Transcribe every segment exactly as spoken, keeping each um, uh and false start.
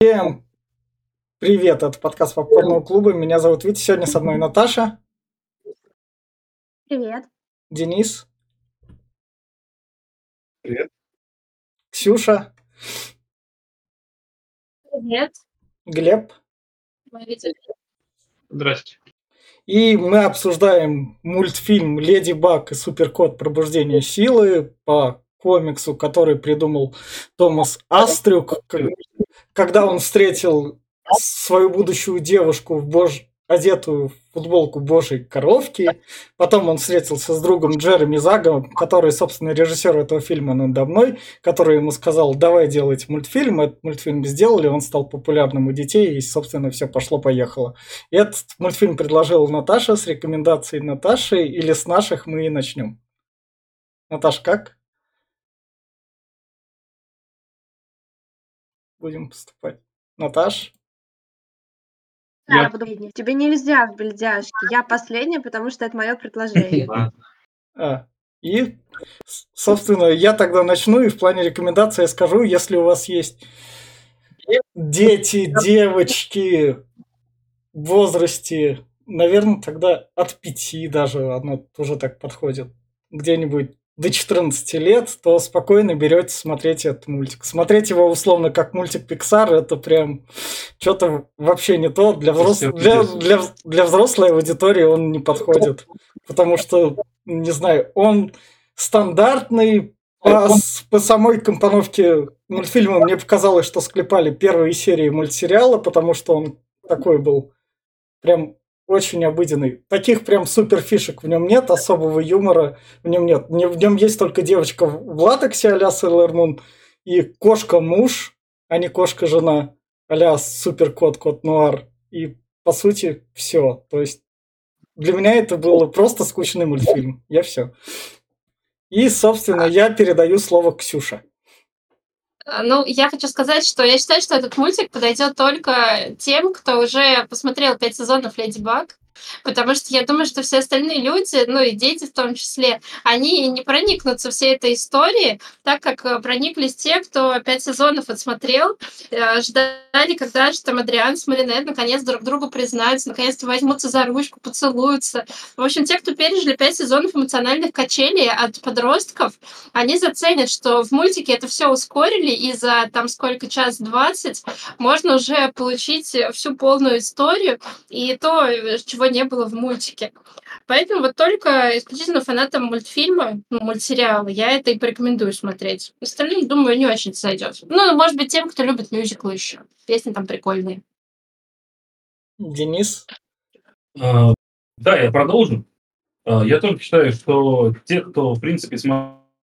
Всем привет, это подкаст Попкорного клуба. Меня зовут Витя, сегодня со мной Наташа, Привет. Денис, Привет. Ксюша, Привет. Глеб. Мы видели. Здрасте. И мы обсуждаем мультфильм «Леди Баг и Суперкот. Пробуждение силы» по комиксу, который придумал Томас Астрюк, к- когда он встретил свою будущую девушку в бож... одетую в футболку божьей коровки. Потом он встретился с другом Джереми Загом, который, собственно, режиссер этого фильма надо мной, который ему сказал: давай делать мультфильм. Этот мультфильм сделали, он стал популярным у детей, и, собственно, все пошло-поехало. И этот мультфильм предложила Наташа с рекомендацией Наташи, или с наших мы и начнем. Наташ, как будем поступать? Наташ? Да, Я- я буду последней. Тебе нельзя в бельдяшке. Я последняя, потому что это мое предложение. Ладно. А, и, с- собственно, я тогда начну, и в плане рекомендаций я скажу, если у вас есть дети, девочки в возрасте, наверное, тогда от пяти даже оно уже так подходит, где-нибудь до четырнадцати лет, то спокойно берете смотреть этот мультик. Смотреть его условно как мультик Pixar, это прям что-то вообще не то. Для, взрос... Всё для, пиздец. для, для взрослой аудитории он не подходит. Потому что, не знаю, он стандартный. По, с- по самой компоновке мультфильма мне показалось, что склепали первые серии мультсериала, потому что он такой был прям очень обыденный. Таких прям супер фишек в нем нет, особого юмора в нем нет. В нем в нем есть только девочка в латексе а-ля Sailor Moon и кошка-муж, а не кошка-жена а-ля Суперкот, Кот Нуар. И, по сути, все. То есть для меня это было просто скучный мультфильм. Я все. И, собственно, я передаю слово Ксюше. А, Ну, я хочу сказать, что я считаю, что этот мультик подойдет только тем, кто уже посмотрел пять сезонов «Леди Баг», потому что я думаю, что все остальные люди, ну и дети в том числе, они не проникнутся всей этой историей, так как э, прониклись те, кто пять сезонов отсмотрел, э, ждали, когда же там Адриан с Маринет наконец друг другу признаются, наконец-то возьмутся за ручку, поцелуются. В общем, те, кто пережили пять сезонов эмоциональных качелей от подростков, они заценят, что в мультике это все ускорили, и за там сколько, час двадцать можно уже получить э, всю полную историю и то, э, чего не было в мультике. Поэтому вот только исключительно фанатам мультфильма, ну, мультсериала, я это и порекомендую смотреть. Остальным, думаю, не очень сойдет. Ну, может быть, тем, кто любит мюзиклы еще. Песни там прикольные. Денис? А, Да, я продолжу. А, Я только считаю, что те, кто, в принципе, смотрел...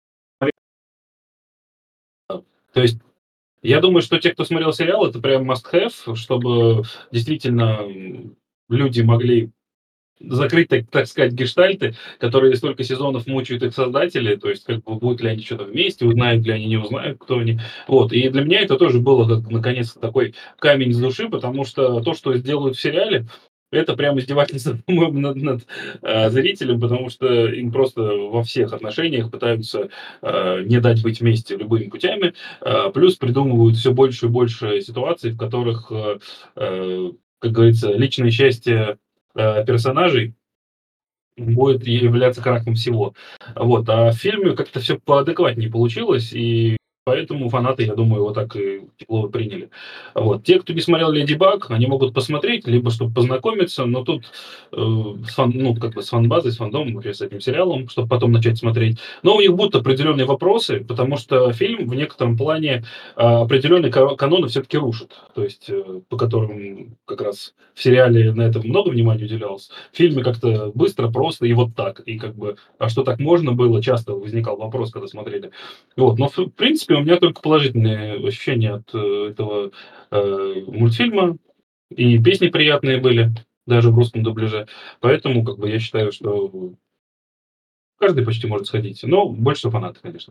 То есть, я думаю, что те, кто смотрел сериал, это прям must-have, чтобы действительно м, люди могли закрыть, так, так сказать, гештальты, которые столько сезонов мучают их создатели, то есть как бы будут ли они что-то вместе, узнают ли они, не узнают, кто они. Вот. И для меня это тоже было как, наконец, такой камень с души, потому что то, что сделают в сериале, это прям издевательство, по-моему, над, над, э, зрителем, потому что им просто во всех отношениях пытаются э, не дать быть вместе любыми путями, э, плюс придумывают все больше и больше ситуаций, в которых, э, э, как говорится, личное счастье э, персонажей будет являться крахом всего. Вот. А в фильме как-то все поадекватнее получилось, и поэтому фанаты, я думаю, его так и тепло приняли. Вот. Те, кто не смотрел «Леди Баг», они могут посмотреть, либо чтобы познакомиться, но тут э, с фан, ну, как бы с фан-базой, с фандомом, вообще с этим сериалом, чтобы потом начать смотреть. Но у них будут определенные вопросы, потому что фильм в некотором плане э, определенные ка- каноны все-таки рушит. То есть, э, по которым как раз в сериале на это много внимания уделялось. В фильме как-то быстро, просто и вот так. И как бы, а что так можно было, часто возникал вопрос, когда смотрели. Вот. Но, в принципе, у меня только положительные ощущения от э, этого э, мультфильма. И песни приятные были, даже в русском дубляже. Поэтому, как бы, я считаю, что каждый почти может сходить. Но больше фанаты, конечно.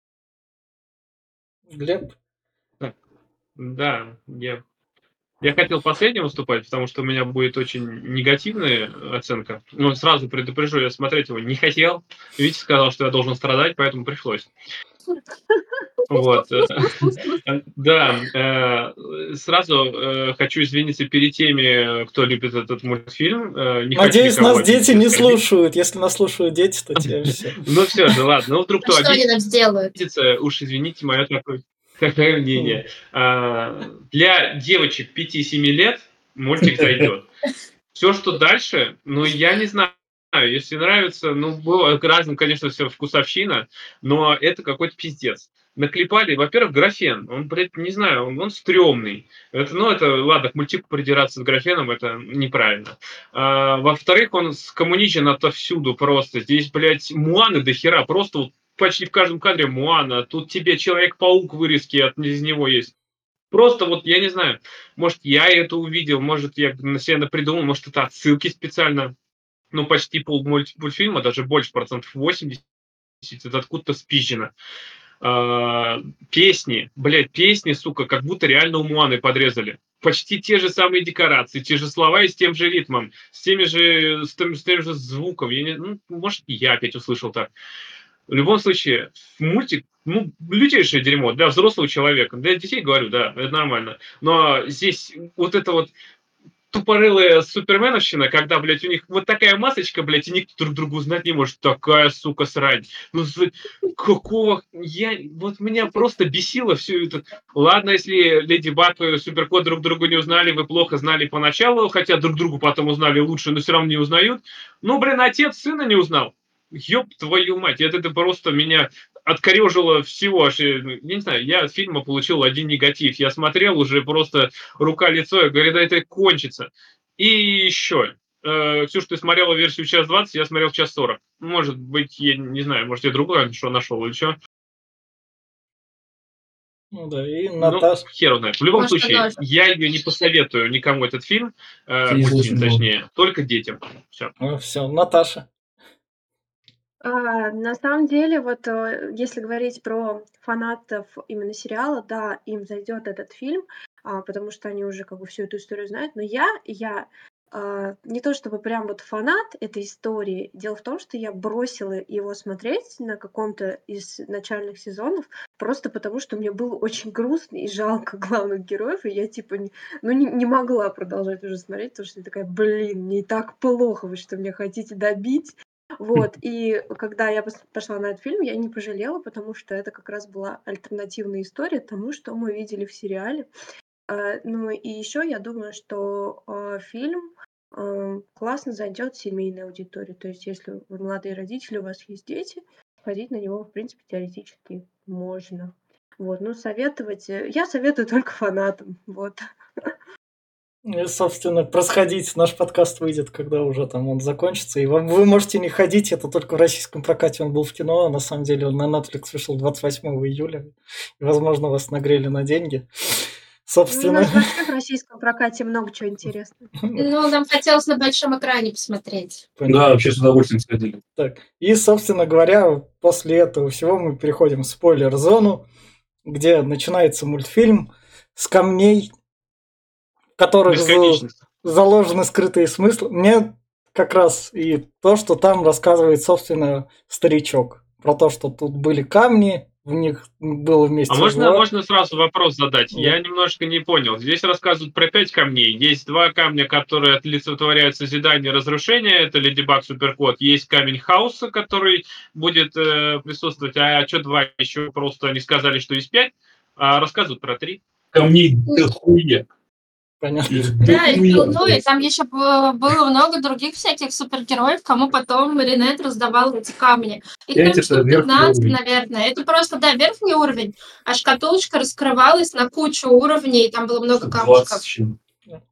Глеб? Да, я, я хотел последним выступать, потому что у меня будет очень негативная оценка. Но сразу предупрежу, я смотреть его не хотел. Витя сказал, что я должен страдать, поэтому пришлось. Вот. э, Да, э, сразу э, хочу извиниться перед теми, кто любит этот мультфильм. Э, Не хочу Надеюсь, никого нас обидеть дети и не оскорбить. слушают. Если нас слушают дети, то тебе все. Ну все же, ладно. Ну вдруг А кто что они нам сделают? обидится, уж извините мое такое такое мнение. А, Для девочек пяти-семи лет мультик зайдет. Все, что дальше, ну, я не знаю. Если нравится, ну, было разным, конечно, все вкусовщина, но это какой-то пиздец. Наклепали, во-первых, графен. Он, блядь, не знаю, он, он стрёмный. Это, ну, это, ладно, к мультику придираться с графеном, это неправильно. А, во-вторых, он скоммуничен отовсюду просто. Здесь, блядь, Муаны до хера. Просто вот почти в каждом кадре Муана. Тут тебе Человек-паук вырезки от, из него есть. Просто вот, я не знаю, может, я это увидел, может, я на себя напридумал, может, это отсылки специально. Ну, почти пол мульт- мультфильма, даже больше, процентов восемьдесят, это откуда-то спизжено. А, Песни, блядь, песни, сука, как будто реально у Муаны подрезали. Почти те же самые декорации, те же слова и с тем же ритмом, с теми же, с тем, с тем же звуком. Я не, ну, может, я опять услышал так. В любом случае, мультик, ну, лютейшее дерьмо для взрослого человека. Для детей говорю, да, это нормально. Но здесь вот это вот тупорылая суперменовщина, когда, блядь, у них вот такая масочка, блядь, и никто друг другу узнать не может. Такая, сука, срань. Ну, за- какого... Я... Вот меня просто бесило все это. Ладно, если Леди Баг и Суперкот друг другу не узнали, вы плохо знали поначалу, хотя друг другу потом узнали лучше, но все равно не узнают. Ну, блин, отец сына не узнал. Ёб твою мать, это, это просто меня откорежило всего. Аж, э, я не знаю, я от фильма получил один негатив. Я смотрел уже просто рука-лицо, я говорю, да это кончится. И еще, э, Ксюш, ты смотрела версию в час двадцать, я смотрел в час сорок. Может быть, я не знаю, может, я другое что нашел или что. Ну да, и Ну, Наташа. хер его знает. В любом Может, случае, оно же. я ее не посоветую никому этот фильм, э, Ты мультфильм, излучен, точнее, только детям. Все. Все, Наташа. А, на самом деле, вот, э, если говорить про фанатов именно сериала, да, им зайдет этот фильм, а, потому что они уже как бы всю эту историю знают. Но я я, а, не то чтобы прям вот фанат этой истории. Дело в том, что я бросила его смотреть на каком-то из начальных сезонов, просто потому что мне было очень грустно и жалко главных героев, и я типа не ну не не могла продолжать уже смотреть, потому что я такая: "Блин, мне и так плохо, вы что, меня хотите добить?" Вот, и когда я пос пошла на этот фильм, я не пожалела, потому что это как раз была альтернативная история тому, что мы видели в сериале. А, ну и еще я думаю, что, а, фильм, ам, классно зайдет семейной аудитории. То есть если вы молодые родители, у вас есть дети, ходить на него, в принципе, теоретически можно. Вот, ну, советовать, э, я советую только фанатам, вот. И, собственно, просходить. Наш подкаст выйдет, когда уже там он закончится. И вам, вы можете не ходить, это только в российском прокате он был в кино, а на самом деле он на Netflix вышел двадцать восьмого июля. И, возможно, вас нагрели на деньги. Ну, у Собственно, нас вообще в российском прокате много чего интересного. Ну, нам хотелось на большом экране посмотреть. понятно. Да, вообще с удовольствием сходили. Так, и, собственно говоря, после этого всего мы переходим в спойлер-зону, где начинается мультфильм с камней, в которых за- Бесконечность. заложены скрытые смыслы. Мне как раз и то, что там рассказывает, собственно, старичок. Про то, что тут были камни, в них было вместе А можно, зло. можно сразу вопрос задать? Да. Я немножко не понял. Здесь рассказывают про пять камней. Есть два камня, которые олицетворяют созидание и разрушение. Это Леди Баг, Суперкот. Есть камень хаоса, который будет э, присутствовать. А что два еще? Просто они сказали, что есть пять. А рассказывают про три. Камней дохуя. Понятно. Их Да, и, дохуя. ну и там еще было много других всяких супергероев, кому потом Маринет раздавал эти камни. Их Пять там это штук верхний пятнадцать, уровень. наверное. Это просто, да, верхний уровень, а шкатулочка раскрывалась на кучу уровней, и там было много камушков. двадцать с чем.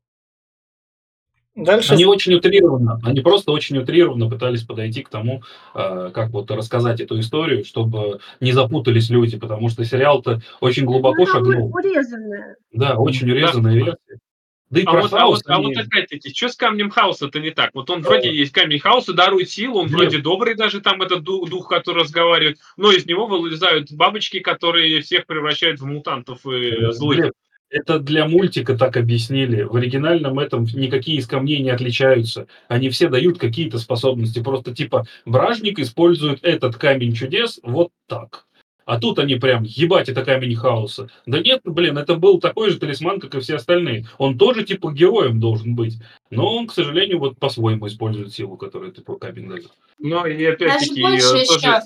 Дальше Они очень утрированно, они просто очень утрированно пытались подойти к тому, э, как вот рассказать эту историю, чтобы не запутались люди, потому что сериал-то очень Ну, глубоко она ур- шагнул. урезанная. Да, очень Да. урезанная версия. Да и А про вот, а хаос вот, а они... вот опять-таки, что с камнем хаоса-то не так? Вот он вроде есть камень хаоса, дарует силу, он Нет. вроде добрый даже, там этот дух, дух, который разговаривает, но из него вылезают бабочки, которые всех превращают в мутантов и Э, злых. Глеб, это для мультика так объяснили. В оригинальном этом никакие из камней не отличаются. Они все дают какие-то способности. Просто типа Бражник использует этот камень чудес вот так. А тут они прям, ебать, это камень хаоса. Да нет, блин, это был такой же талисман, как и все остальные. Он тоже, типа, героем должен быть. Но он, к сожалению, вот по-своему использует силу, которую, типа, камень дает. Ну и Даже опять-таки больше э, еще. тоже...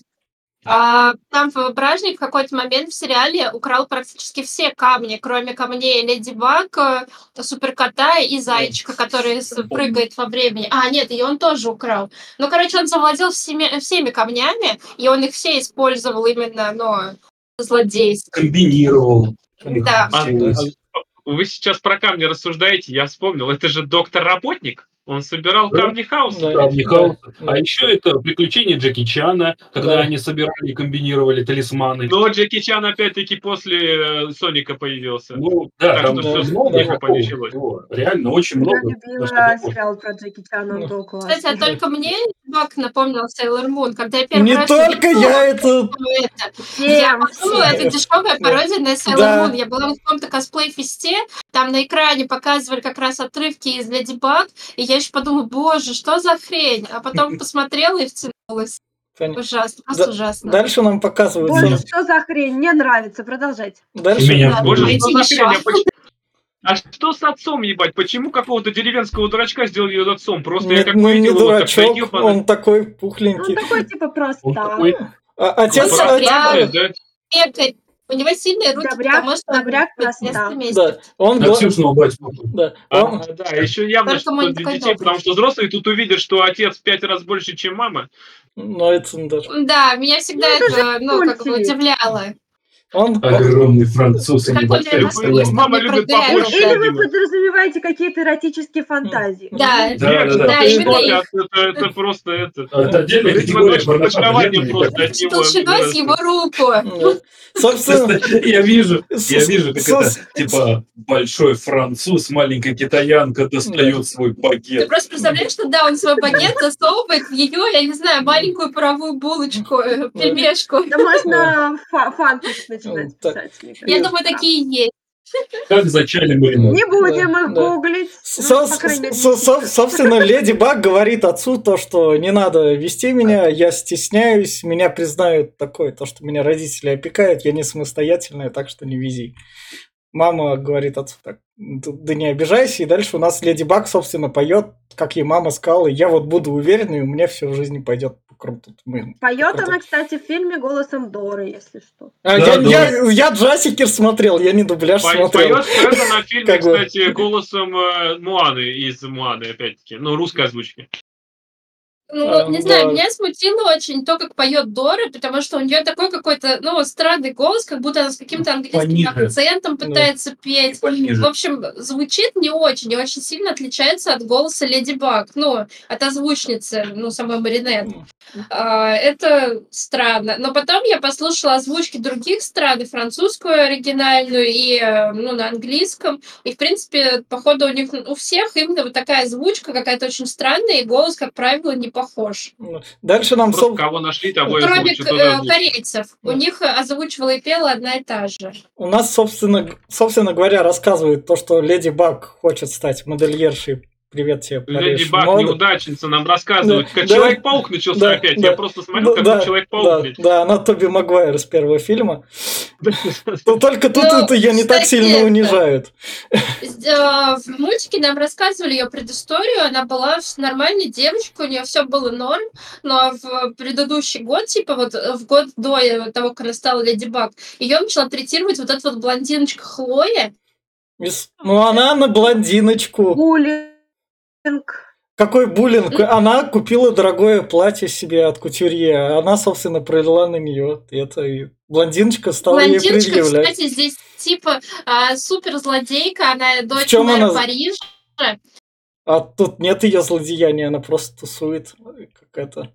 А, там в- Бражник в какой-то момент в сериале украл практически все камни, кроме камней Леди Баг, э, Суперкота и Зайчика, который с- прыгает во времени. А, нет, и он тоже украл. Ну, короче, он завладел всеми, всеми камнями, и он их все использовал именно, ну, злодейски. Комбинировал. Да. А, Да. а, вы сейчас про камни рассуждаете, я вспомнил, это же доктор-работник. Он собирал Да. камни хаоса. Да. Камни Да, хаоса. да. А еще это приключения Джеки Чана, когда Да. они собирали и комбинировали талисманы. Но Джеки Чан опять-таки после э, Соника появился. Ну, да, Так там что да, всё много да. легко такого началось. всего. Реально очень Я много. на любила что похоже. сериал про Джеки Чана, он Ну. был Кстати, а классный. только мне Баг напомнил Сейлор Мун. Когда я первый Не раз только увидела я это... это, я Всем, подумала, всем. это дешевая Да. пародия на Сейлор Да. Мун. Я была на каком-то косплей-фесте, там на экране показывали как раз отрывки из Леди Баг, и я еще подумала, боже, что за хрень? А потом посмотрела и втянулась. Понятно. Ужасно, просто Да- ужасно. Дальше нам показывают... Боже, со- что за хрень? Мне нравится, продолжайте. Дальше... Меня Да, Боже, тоже. что давайте за хрень? еще. А, поч- а что с отцом, ебать? Почему какого-то деревенского дурачка сделали ее отцом? Просто я Нет, как ну не увидел его, так дурачок, поебанный. он такой Ну, пухленький. он такой, типа, Он простак. такой А- Отец... Он а- добряк. Да? Бегает. У него сильные руки, Добряк, потому что он добряк, место простак. место. Да, он... на гла- Ксюшного батьку. Да, А, он... да, еще явно, Только что мой для такой детей, добрый. потому что взрослые тут увидят, что отец в пять раз больше, чем мама. Но это даже... Да, меня всегда Ну, это это, ну, как бы мультик. удивляло. Он... Огромный француз и Как он небольшая меня Любой- постоянно. мама не любит проверяет. побольше, Или вы видимо. подразумеваете какие-то эротические фантазии? Да, Да, Нет, да, да. Да, это, именно что, их. это, это просто это. Это отдельная Видимо, категория дочь- порнографии. дочкование просто от него. толщиной с его руку. Да. Собственно... Просто я вижу, я С- вижу, как с- это, с- типа, большой француз, маленькая китаянка достает свой Ты багет. просто представляешь, что да, он свой багет засовывает в ее, я не знаю, маленькую паровую булочку, э, пельмешку. Да можно фа- фанфик начинать Так. писать, мне Я кажется. думаю, такие есть. Как зачали маринад. Не будем Да, их да. гуглить. Со- Ну, по крайней мере, со- со- Собственно, Леди Баг говорит отцу то, что не надо вести меня, я стесняюсь, меня признают такое, то, что меня родители опекают, я не самостоятельная, так что не вези. Мама говорит отцу так, «Да да не обижайся», и дальше у нас Леди Баг, собственно, поет, как ей мама сказала, я вот буду уверена, и у меня все в жизни пойдет круто. Мы- Поет круто. она, кстати, в фильме голосом Доры, если что. А, Да, я, да. я, я Джасикер смотрел, я не дубляж По- смотрел. Поет Фредо на фильме, Как бы. кстати, голосом э, Муаны из Муаны, опять-таки. Ну, русской озвучки. Ну, А, не да. знаю, меня смутило очень то, как поет Дора, потому что у нее такой какой-то, ну, странный голос, как будто она с каким-то английским Пониже. акцентом пытается петь. В Пониже. общем, звучит не очень, и очень сильно отличается от голоса Леди Баг, ну, от озвучницы, ну, самой Маринет. А, это странно. Но потом я послушала озвучки других стран, и французскую оригинальную, и, э, ну, на английском. И, в принципе, походу, у них у всех именно вот такая озвучка какая-то очень странная, и голос, как правило, не похож. Дальше нам... Просто соб- кого нашли, того и Кроме озвучат, к- тот и э, озвучит. корейцев. У них озвучивала и пела одна и та же. У нас, собственно, г- собственно говоря, рассказывает то, что Леди Баг хочет стать модельершей. Привет тебе, Леди Париж. Баг, Мода. неудачница, нам рассказывают. Да, Как да. Человек-паук начался Да, опять. да. Я просто смотрю, как да, Человек-паук, да, блядь. да, она Тоби Магуайр из первого фильма. Но только тут Ну, это ее не так кстати, сильно это- унижают. С- э, В мультике нам рассказывали ее предысторию. Она была с- нормальной девочкой, у нее все было норм, но в предыдущий год, типа вот э, в год до э, того, как она стала Леди Баг, ее начала третировать вот эта вот блондиночка Хлоя. Мисс- Ну, она на блондиночку. Буллинг. Какой буллинг? Она купила дорогое платье себе от кутюрье. Она, собственно, пролила на нее. Это и блондиночка стала ей Блондиночка, предъявлять. кстати, здесь типа а, супер злодейка, она дочь чём мэра она- Парижа. А тут нет ее злодеяния, она просто тусует. Как это.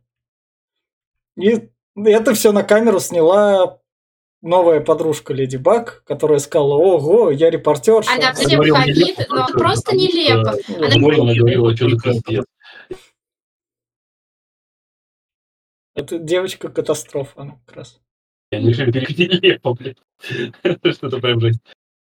И это все на камеру сняла новая подружка Леди Баг, которая сказала: ого, я репортерша. Она Она всем говорила хамит, нелепо, но потому просто что- нелепо. Да. Она- Можно она говорила, что-то капец. Это девочка-катастрофа, она как раз. Они решили перевести нелепо, блядь. Что-то прям жесть.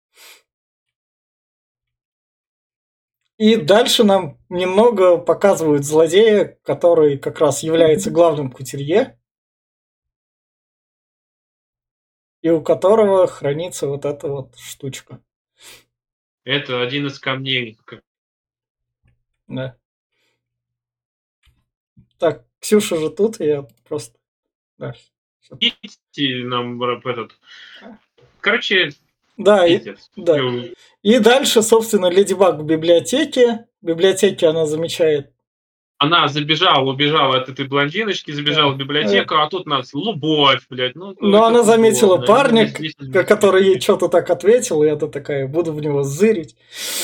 И дальше нам немного показывают злодея, который как раз является главным кутюрье. и у которого хранится вот эта вот штучка. Это один из камней. Да. Так, Ксюша же тут, и я просто... Да. Идите нам этот... Короче, Да, и, пиздец. да. Ну, И дальше, собственно, Леди Баг в библиотеке. В библиотеке она замечает. Она забежала, убежала от этой блондиночки, забежала Да. в библиотеку, а тут нас любовь, блядь. Ну, Но это она футбол, заметила да, парня, именно здесь- к- который ей что-то так ответил, и это такая, буду в него зырить.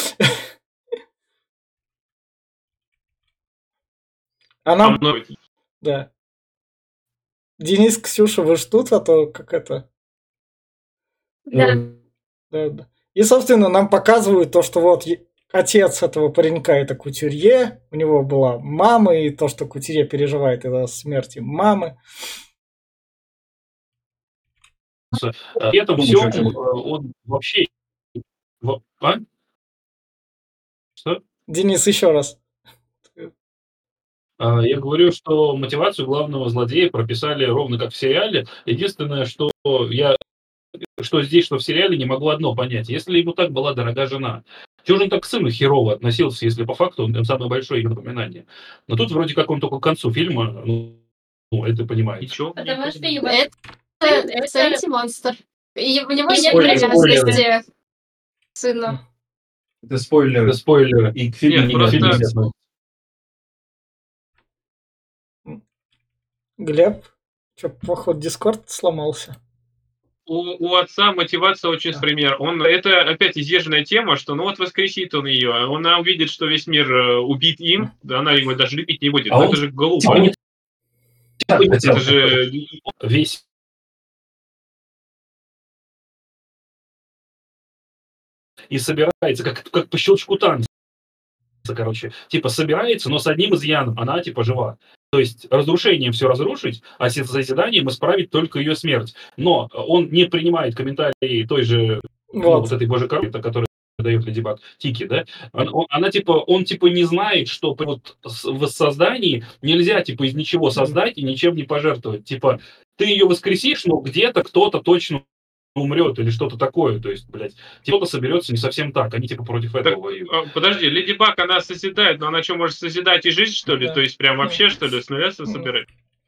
А Она, мной- да. Денис, Ксюша, вы ж тут, а то как это... Да. Да, да. И, собственно, нам показывают то, что вот е- отец этого паренька это кутюрье, у него была мама, и то, что кутюрье переживает из-за смерти мамы. При этом Думаю, всем что- он вообще... во- а? Что? Денис, еще раз. А, Я говорю, что мотивацию главного злодея прописали ровно как в сериале. Единственное, что я что здесь, что в сериале, не могу одно понять. Если ему так была дорога жена, чего же он так к сыну херово относился, если по факту он самое большое ее напоминание? Но тут вроде как он только к концу фильма, ну, ну, это понимает. Ничего. Потому не что понимаю. его- это, это антимонстр. И у него нет Спойлеры, привязанности к сыну. Это спойлер. Это спойлеры. И к фильму Нет, не просто- готовится. Глеб, что, походу, Дискорд сломался. У, у отца мотивация очень пример. Он это опять изъезженная тема, что ну вот воскресит он ее, она увидит, что весь мир э, убит им, да, она его даже любить не будет. А Ну, он это же глупо. Типа не хотел. Это же Весь и собирается, как, как по щелчку танца, короче. Типа собирается, но с одним изъяном. Она, типа, жива. То есть разрушением все разрушить, а с созиданием исправить только ее смерть. Но он не принимает комментарии той же, ну, Вот. вот этой божьей коровы, которая дает Леди Баг, Тики, да? Он, он- она, типа, он, типа, не знает, что при вот с- в воссоздании нельзя, типа, из ничего создать и ничем не пожертвовать. Типа, ты ее воскресишь, но где-то кто-то точно умрет или что-то такое. То есть, блядь, кто-то соберется не совсем так. Они, типа, против этого Так, воюют. а, подожди, Леди Баг, она созидает, но она что, может созидать и жить, что ли? Да. То есть прям вообще, что ли, с нуля Мгм. собирать?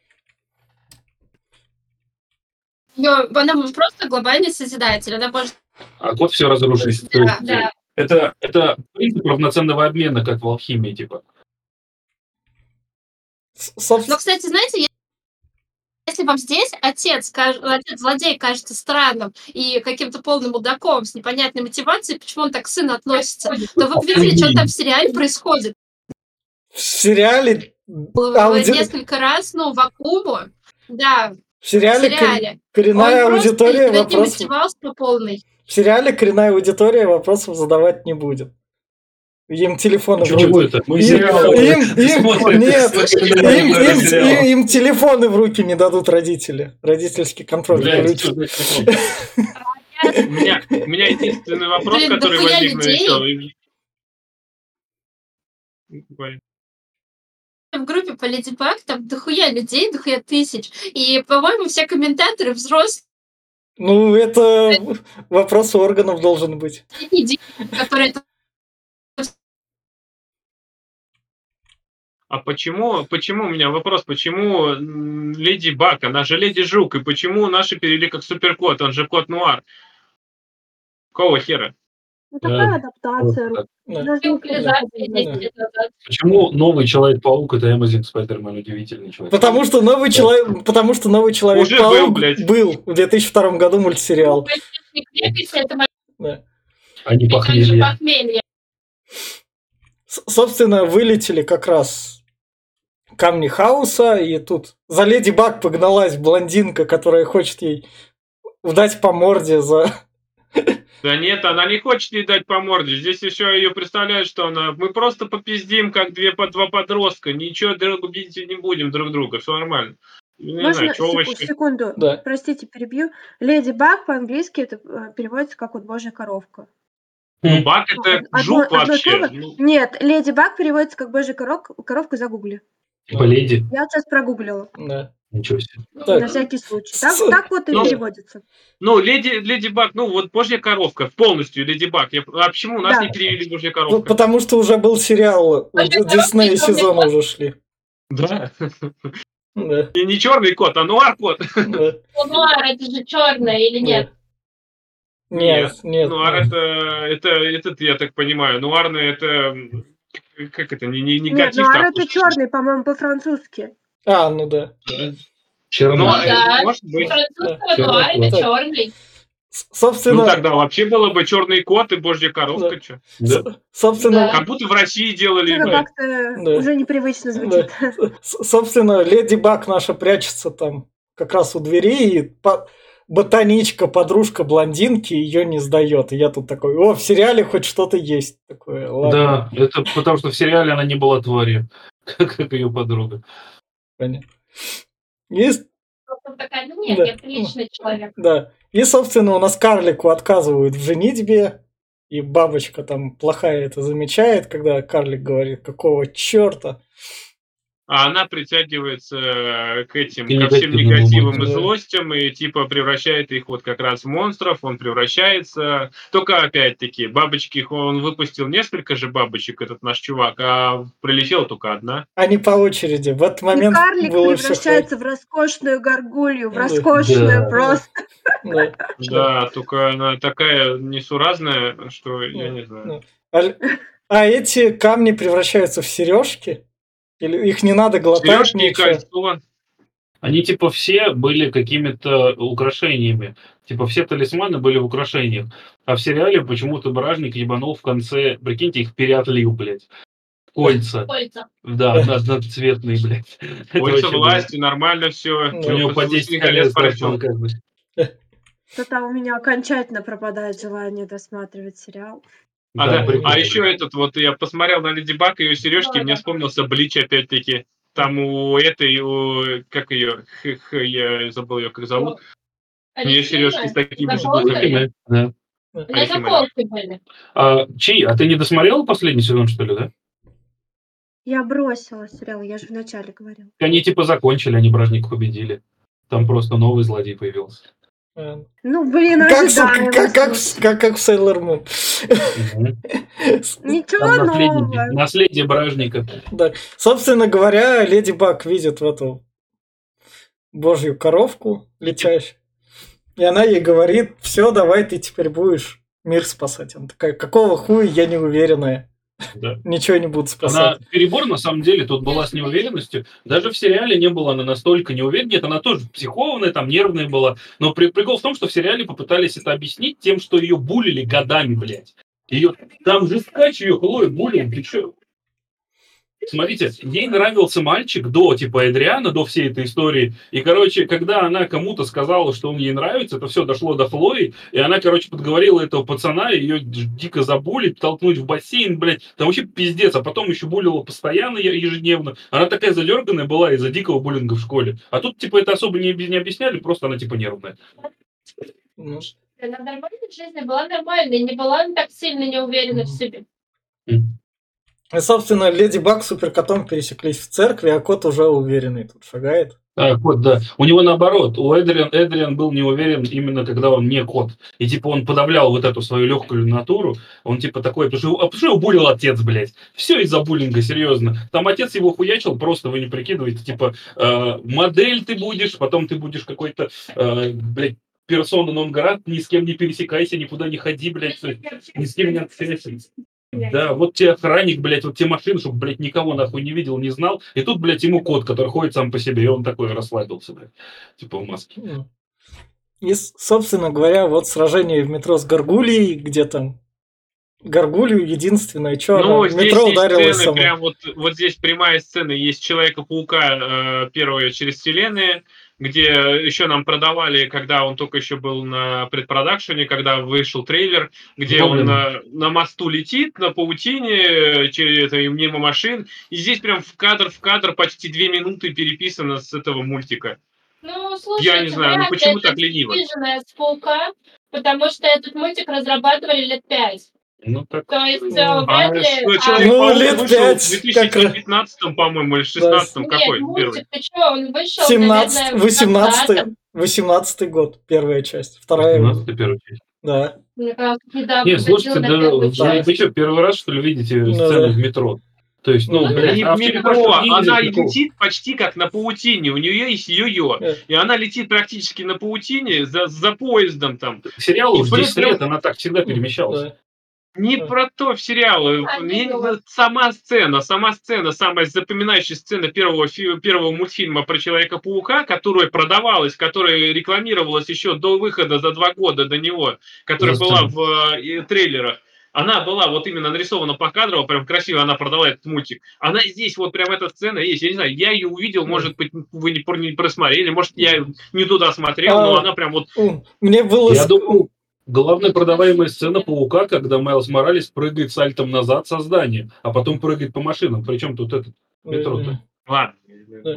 Её- она просто глобальный созидатель. Она может... А кот все разрушит. То Да, есть, да. Это это принцип равноценного обмена, как в алхимии, типа. С- Но, Собственно, кстати, знаете, е- если вам здесь отец, каж- отец злодей кажется странным и каким-то полным мудаком с непонятной мотивацией, почему он так к сыну относится, то вы бы видели, что там в сериале происходит. в сериале... В- ауди- Несколько раз, ну, вакууму. Да, В в сериале, кор- сериале. коренная Он просто аудитория над ним вопросов... издевался по полной. В сериале коренная аудитория вопросов задавать не будет. Им телефоны в Чего руки... это? мы Им, сериал им, им- смотрим. нет, Смотрим им, им- сериал. им- им телефоны в руки не дадут родители. Родительский контроль Блядь, включат. что значит такое? У меня, у меня единственный вопрос, Блин, который дохуя возник на людей. еще. В группе по Леди Баг там дохуя людей, дохуя тысяч. И, по-моему, все комментаторы взрослые, Ну, это вопрос органов должен быть. дети, которые это А почему, почему, у меня вопрос, почему м, Леди Баг, она же Леди Жук, и почему наши перевели как Суперкот, он же Кот Нуар? Какого хера? Ну, такая Э, адаптация. Вот так. Да. Подожди, локализации да. десять лет назад. Почему новый Человек-паук это Amazing Spider-Man удивительный человек? Потому что новый человек, потому что новый человек Уже был, блядь. был в две тысячи втором году мультсериал. Не крепится, это моё Да. Они также похмелье. похмелье. С- Собственно, вылетели как раз камни хаоса, и тут за Леди Баг погналась блондинка, которая хочет ей дать по морде за... Да нет, она не хочет ей дать по морде. Здесь еще ее представляют, что она... Мы просто попиздим, как две, по два подростка. Ничего друг бить не будем друг друга. Все нормально. Не Можно знаю, что секу- вообще... секунду? Да. Простите, перебью. Леди Баг по-английски это э, переводится как вот божья коровка. Ну, Баг Ну, это одно- жук одно вообще. слово. Ну, Нет, Леди Баг переводится как божья коров- коровка, загугли. Типа леди. Я сейчас прогуглила. Да. Ничего себе. Так. На всякий случай. Так, С- так вот и Ну, переводится. Ну, леди, леди Баг, ну вот Божья коровка, полностью леди Баг. Я- а почему у нас Да. не перевели Божья Ну, коровка? потому что уже был сериал, у Божья Диснея коровка и черный сезоны кот. уже шли. Да. Да, И не черный кот, а нуар кот. да, Ну, нуар, это же черное или да. нет? Нет, нет, Нуар нет. это, это, этот, я так понимаю, нуарный это, м, как это, не, не Нет, негатив нуар такой. это черный, по-моему, по-французски. А, ну да. Ну, Черный. а, Да. может быть. Французского Черный нуар это кот. черный. С- Ну Собственно, тогда вообще было бы черный кот и Божья коровка. Да. Чё? Да. с- собственно, Да. Как будто в России делали. Это Да. как-то Да. уже непривычно да. звучит. С- собственно, Леди Баг наша прячется там как раз у двери, и по- ботаничка, подружка блондинки ее не сдает. И я тут такой, о, в сериале хоть что-то есть такое. Ладно, Да, это потому что в сериале она не была тварью, как ее подруга. понятно. Есть, Просто такая, ну нет, Да. я приличный человек. да. И, собственно, у нас карлику отказывают в женитьбе, и бабочка там плохая это замечает, когда карлик говорит, какого черта. А она притягивается э, к этим, И ко всем негативным негативам и эмоциям. злостям, и типа превращает их вот как раз в монстров, он превращается. Только опять-таки, бабочки, их он выпустил несколько же бабочек, этот наш чувак, а прилетела только одна. Они по очереди. В этот И момент карлик было все превращается в роскошную горгулью, в Да. роскошную Да. просто. Да. Да, только она такая несуразная, что я не знаю. Ну, А, л- а эти камни превращаются в сережки? Или их не надо глотать Сережки и ничего? кольцо. Они типа все были какими-то украшениями. Типа все талисманы были в украшениях. А в сериале почему-то Бражник ебанул в конце, прикиньте, их переотлил, блядь. Кольца. Кольца. Да, одно- одноцветные, блядь. Это Кольца вообще власти, нормально все. Ну, было. У него по десять колец каждому как бы. То-то у меня окончательно пропадает желание досматривать сериал. А, Да, да, прикольно. а еще этот, вот я посмотрел на Леди Баг и ее сережки, Да, мне да. вспомнился Блич опять-таки. Там у этой, у, как ее, х, х, я забыл ее, как зовут. У нее Алексеевна, сережки с такими же заколки? духами. Да. У меня Алексеевна. заколки были. А, Чи, а ты не досмотрел последний сезон, что ли, да? Я бросила сериал, я же вначале говорила. Они типа закончили, они Бражник победили. Там просто новый злодей появился. э, Ну, блин, Как, с- ожидаемо. как, как, в- слушай. как, как в Sailor Moon. Мгм. Ничего Там наследники. нового. Наследие Бражника. Да. Собственно говоря, Леди Баг видит в эту божью коровку летящую. И она ей говорит, все, давай ты теперь будешь мир спасать. Она такая, какого хуя, я не уверенная. Да. Ничего не буду Она спасать. перебор, на самом деле, тут была с неуверенностью. Даже в сериале не была она настолько неуверенной. Нет, она тоже психованная, там, нервная была. Но при- прикол в том, что в сериале попытались это объяснить тем, что ее булили годами, блядь. Ее, там же скач ее Хлоя буллинг, ты чё? Смотрите, ей нравился мальчик до, типа, Эдриана, до всей этой истории. И, короче, когда она кому-то сказала, что он ей нравится, это все дошло до Хлои, и она, короче, подговорила этого пацана ее дико забулить, толкнуть в бассейн, блядь. Там вообще пиздец. А потом еще булила постоянно, е- ежедневно. Она такая задерганная была из-за дикого буллинга в школе. А тут, типа, это особо не, объ- не объясняли, просто она, типа, нервная. Ну, Она в нормальной жизни была нормальной, не была так сильно не уверена в себе. М. И, собственно, Леди Баг с Суперкотом пересеклись в церкви, а кот уже уверенный тут шагает. А, кот, да. У него наоборот. У Эдриан, Эдриан был не уверен именно, когда он не кот. И, типа, он подавлял вот эту свою легкую натуру. Он, типа, такой, потому что, а потому что его булил отец, блядь. Все из-за буллинга, серьезно. Там отец его хуячил, просто вы не прикидываете. Типа, э, модель ты будешь, потом ты будешь какой-то, э, блядь, персона нон-грат, ни с кем не пересекайся, никуда не ходи, блядь, ни с кем не общайся. Да, вот тебе охранник, блядь, вот тебе машину, чтобы, блядь, никого нахуй не видел, не знал. И тут, блядь, ему кот, который ходит сам по себе, и он такой расслабился, блядь, типа в маске. Ну. И, с- собственно говоря, вот сражение в метро с Гаргулией, где там Гаргулью единственное, что Ну, она в здесь метро есть ударилась сцены, сама. прям вот, вот здесь прямая сцена, есть Человека-паука э, первого через вселенные, где еще нам продавали, когда он только еще был на предпродакшене, когда вышел трейлер, где Ну, он блин. на, на мосту летит, на паутине, через это, мимо машин, и здесь прям в кадр в кадр почти две минуты переписано с этого мультика. Ну, слушай, Я не знаю, ну почему так лениво? с паука, потому что этот мультик разрабатывали лет пять. Ну, так... То есть, э, А вряд ли... что, а, Человек-паук Ну, лет вышел в пять, две как тысячи раз. пятнадцатом, по-моему, или Да, шестнадцатом. Нет, Какой первый? мультик, ты чё, он вышел, семнадцатый, наверное, в восемнадцатый, двадцатом. восемнадцатый год, первая часть. Вторая, восемнадцатый первая часть. да. Мне кажется, недавно Не, слушайте, выходила на да, первую вы, часть. вы что, первый раз, что ли, видите Ну сцену да. в метро? То есть, ну, Ну, блядь, Не а в в метро, черепашках ниндзя она прикол. летит почти как на паутине. У нее есть йо-йо. э, И она летит практически на паутине за, за поездом там. Сериалу И уже плюс десять прям лет, она так всегда м, перемещалась. да. не Да. про то в сериалы. А, Мне не было. сама сцена, сама сцена, самая запоминающая сцена первого, фи- первого мультфильма про Человека-паука, которая продавалась, которая рекламировалась еще до выхода за два года до него, которая За была сцену. в э, трейлерах. Она была вот именно нарисована покадрово, прям красиво она продала этот мультик. Она здесь вот прям эта сцена есть. Я не знаю, я ее увидел, Да. может быть, вы не, про- не просмотрели, может, я не туда смотрел, но А, она прям вот... м, мне было... Я ск- думаю, главная продаваемая сцена Паука, когда Майлз Моралес прыгает сальтом назад со здания, а потом прыгает по машинам. Причем тут этот метро-то? э, Ладно. Да.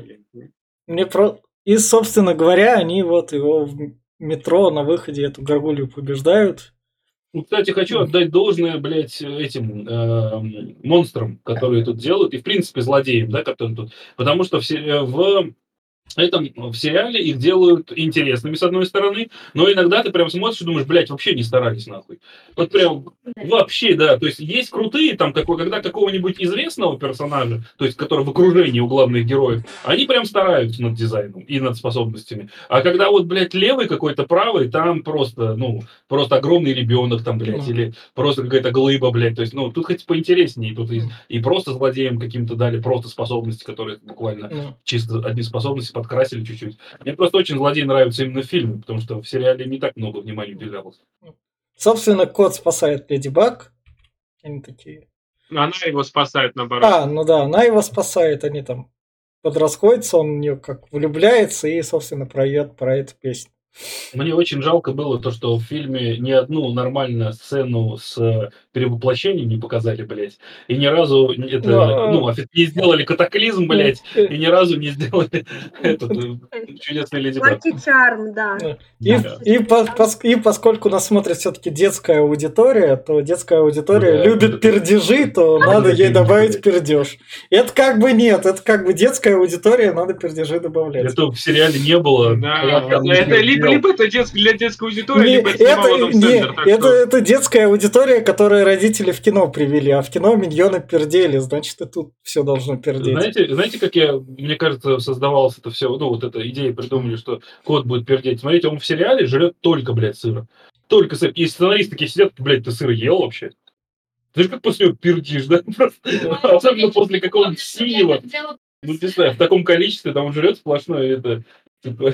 Мне про... И, собственно говоря, они вот его в метро на выходе эту горгулью побеждают. Ну, кстати, хочу отдать должное, блядь, этим эм, монстрам, которые тут делают, и, в принципе, злодеям, да, которые тут. Потому что все, э, в этом, в сериале их делают интересными, с одной стороны, но иногда ты прям смотришь и думаешь, блядь, вообще не старались, нахуй. Вот прям вообще, да. То есть есть крутые, там, какой, когда какого-нибудь известного персонажа, то есть который в окружении у главных героев, они прям стараются над дизайном и над способностями. А когда вот, блядь, левый какой-то правый, там просто, ну, просто огромный ребенок там, блядь, Ну. или просто какая-то глыба, блядь. То есть, ну, тут хоть поинтереснее, тут и, М. и просто злодеям каким-то дали просто способности, которые буквально Ну, чисто одни способности подкрасили чуть-чуть. Мне просто очень злодеи нравятся именно в фильме, потому что в сериале не так много внимания уделялось. собственно, кот спасает Леди Баг. Они такие... Она его спасает, наоборот. А, ну да, она его спасает, они там подрасходятся, он в нее как влюбляется и, собственно, проет про эту песню. Мне очень жалко было то, что в фильме ни одну нормальную сцену с э, перевоплощением не показали, блядь. И ни разу не- это, Ну, ну, офи- не сделали катаклизм, блядь, э, и ни разу не сделали этот э, чудесный Леди Баг. Лаки Чарм, да. Да. И, Да. и, по- пос- и поскольку нас смотрит все-таки детская аудитория, то детская аудитория Да. любит пердежи, то надо ей добавить пердеж. Это как бы нет, это как бы детская аудитория, надо пердежи добавлять. Это в сериале не было. Да, Я это, там не это либо, делал. либо это детск- для детской аудитории, Не, либо это снимал это, Адам не, Сэндлер. Так это, что... это детская аудитория, которую родители в кино привели, а в кино миньоны пердели, значит и тут все должно пердеть. Знаете, знаете, как я, мне кажется, создавалось это все, ну, вот эта идея придумали, что кот будет пердеть. Смотрите, он в сериале жрет только, блядь, сыра. Только сыр. И сценаристы такие сидят, блядь, ты сыр ел вообще? Ты же как после него пердишь, да? Просто, особенно после какого-нибудь синего. Ну, не знаю, в таком количестве там он жрет сплошное это. Типа,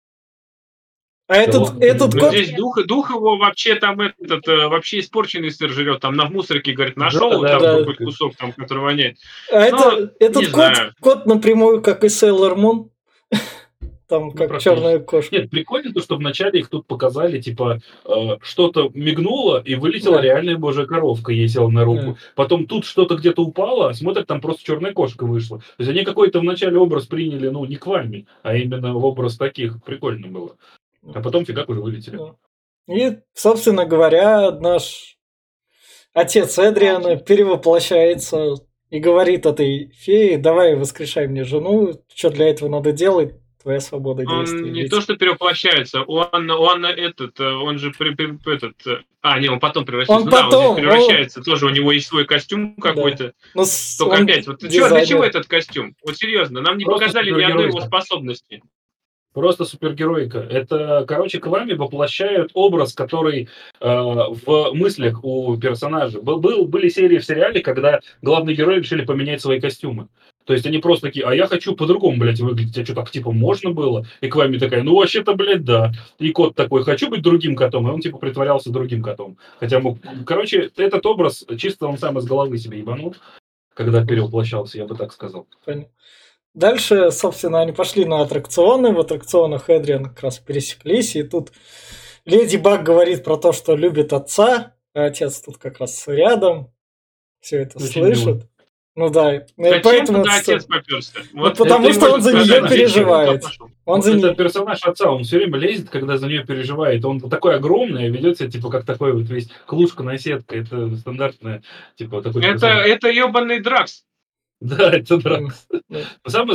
А этот, ладно, этот Ну, кот... здесь дух, дух его вообще там этот, э, вообще испорченный сыр жрет, там на мусорке, говорит, нашел Да, вот да, там да. какой-то кусок, там, который воняет. А это, Ну, этот не кот, знаю. кот напрямую, как и Сейлор Мун. Там Ну, как практически. черная кошка. Нет, прикольно то, что вначале их тут показали, типа, э, что-то мигнуло, и вылетела Да. реальная божья коровка, ей села на руку. Да. Потом тут что-то где-то упало, а смотрят, там просто черная кошка вышла. То есть они какой-то вначале образ приняли, ну, не к вами, а именно в образ таких. Прикольно было. А потом фигак уже вылетели. Да. И, собственно говоря, наш отец Эдриана перевоплощается и говорит этой фее, давай воскрешай мне жену, что для этого надо делать, твоя свобода действий. Он не Ведь- то, что перевоплощается, он, он этот, э, он же при- при- этот, э, а, не, он потом превращается. Он Ну да, потом, он здесь превращается, тоже у него есть свой костюм какой-то. Ну, с- Только он опять, вот чё, для дизайнер. чего этот костюм? Вот серьезно, нам не Просто показали ни одной его супергеройство. способности. Просто супергеройка. Это, короче, к вами воплощают образ, который э, в мыслях у персонажа. Был, был- были серии в сериале, когда главные герои решили поменять свои костюмы. То есть они просто такие, а я хочу по-другому, блядь, выглядеть. А что, так, типа, можно было? И к вами такая, ну, вообще-то, блядь, да. И кот такой, хочу быть другим котом. И он, типа, притворялся другим котом. Хотя мог... Короче, этот образ чисто он сам из головы себе ебанул, когда перевоплощался, я бы так сказал. Понятно. Дальше, собственно, они пошли на аттракционы. В аттракционах Эдриан как раз пересеклись. И тут Леди Баг говорит про то, что любит отца. А отец тут как раз рядом. Все это Очень слышит. мило. Ну да, ну и Зачем поэтому туда это отец сто- попёрся? Ну Вот потому это что он может за сказать, нее да, переживает. пошёл. Он за Это нее. персонаж отца, он все время лезет, когда за нее переживает. Он такой огромный, а ведет себя типа как такой вот весь клушка-наседка. Это стандартная, типа такой Это, персонаж. это ебаный Дракс. Да, это М, Дракс. да. Самое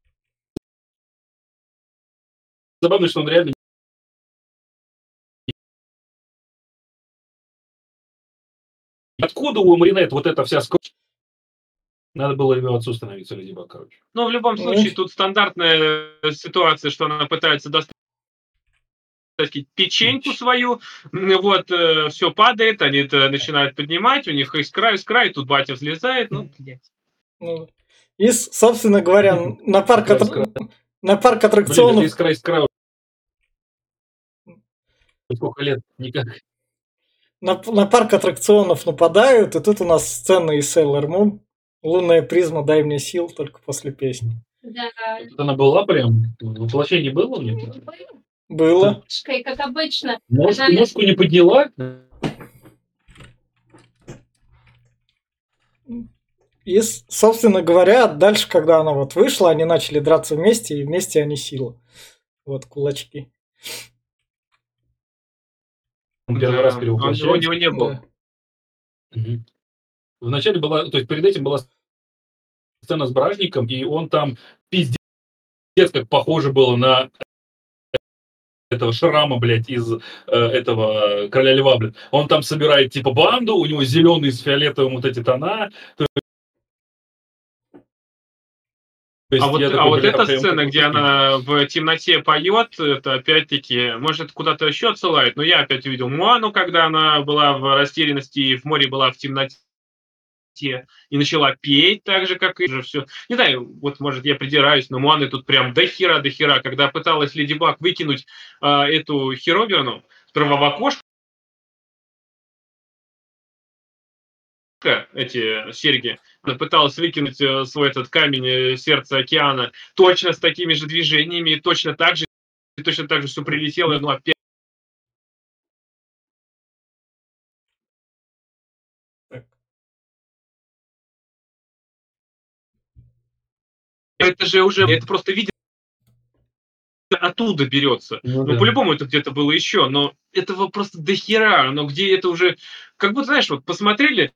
забавное, что он реально откуда у Маринет вот эта вся скорость? Надо было его отцу становиться, Леди Баг, короче. Но в любом Ну, случае тут стандартная э, ситуация, что она пытается достать печеньку свою, м, вот, все падает, они это начинают поднимать, у них искра, искра, и тут батя взлезает, ну, блядь. Ну, и, с- собственно говоря, н- на парк, Искра, атра- искра. на парк Блин, это аттракционов, искра, искра. Сколько лет? Никак. на, на парк аттракционов нападают, и тут у нас сцена из Sailor Moon. Лунная призма, дай мне сил, только после песни. Да. Вот она была прям, воплощение было у нее? Было. Шкой, как обычно. Ножку, Она- ножку не подняла? И, с- собственно говоря, дальше, когда она вот вышла, они начали драться вместе, и вместе они сила. Вот кулачки. Он первый Да, раз он- перевоплощается. у него не было. Да. Мгм. Вначале была, то есть перед этим была сцена с Бражником, и он там пиздец как похоже было на этого Шрама, блядь, из э, этого Короля Льва, блядь. Он там собирает типа банду, у него зеленый с фиолетовым вот эти тона. То есть А вот, я а такой, вот бля, эта прям сцена, как где она в темноте поет, это опять-таки, может, куда-то еще отсылает, но я опять увидел Муану, когда она была в растерянности и в море была в темноте и начала петь так же, как и же все. Не знаю, вот, может, я придираюсь, но Муаны тут прям до хера, до хера. Когда пыталась Леди Баг выкинуть а, эту хероберну сперва в окошко, эти серьги, она пыталась выкинуть э, свой этот камень э, сердца океана точно с такими же движениями, и точно так же, и точно так же все прилетело, но опять. Это же уже, это просто видно оттуда берется. Ну Ну, да. по-любому это где-то было еще, но этого просто до хера. Но где это уже... Как будто, знаешь, вот посмотрели,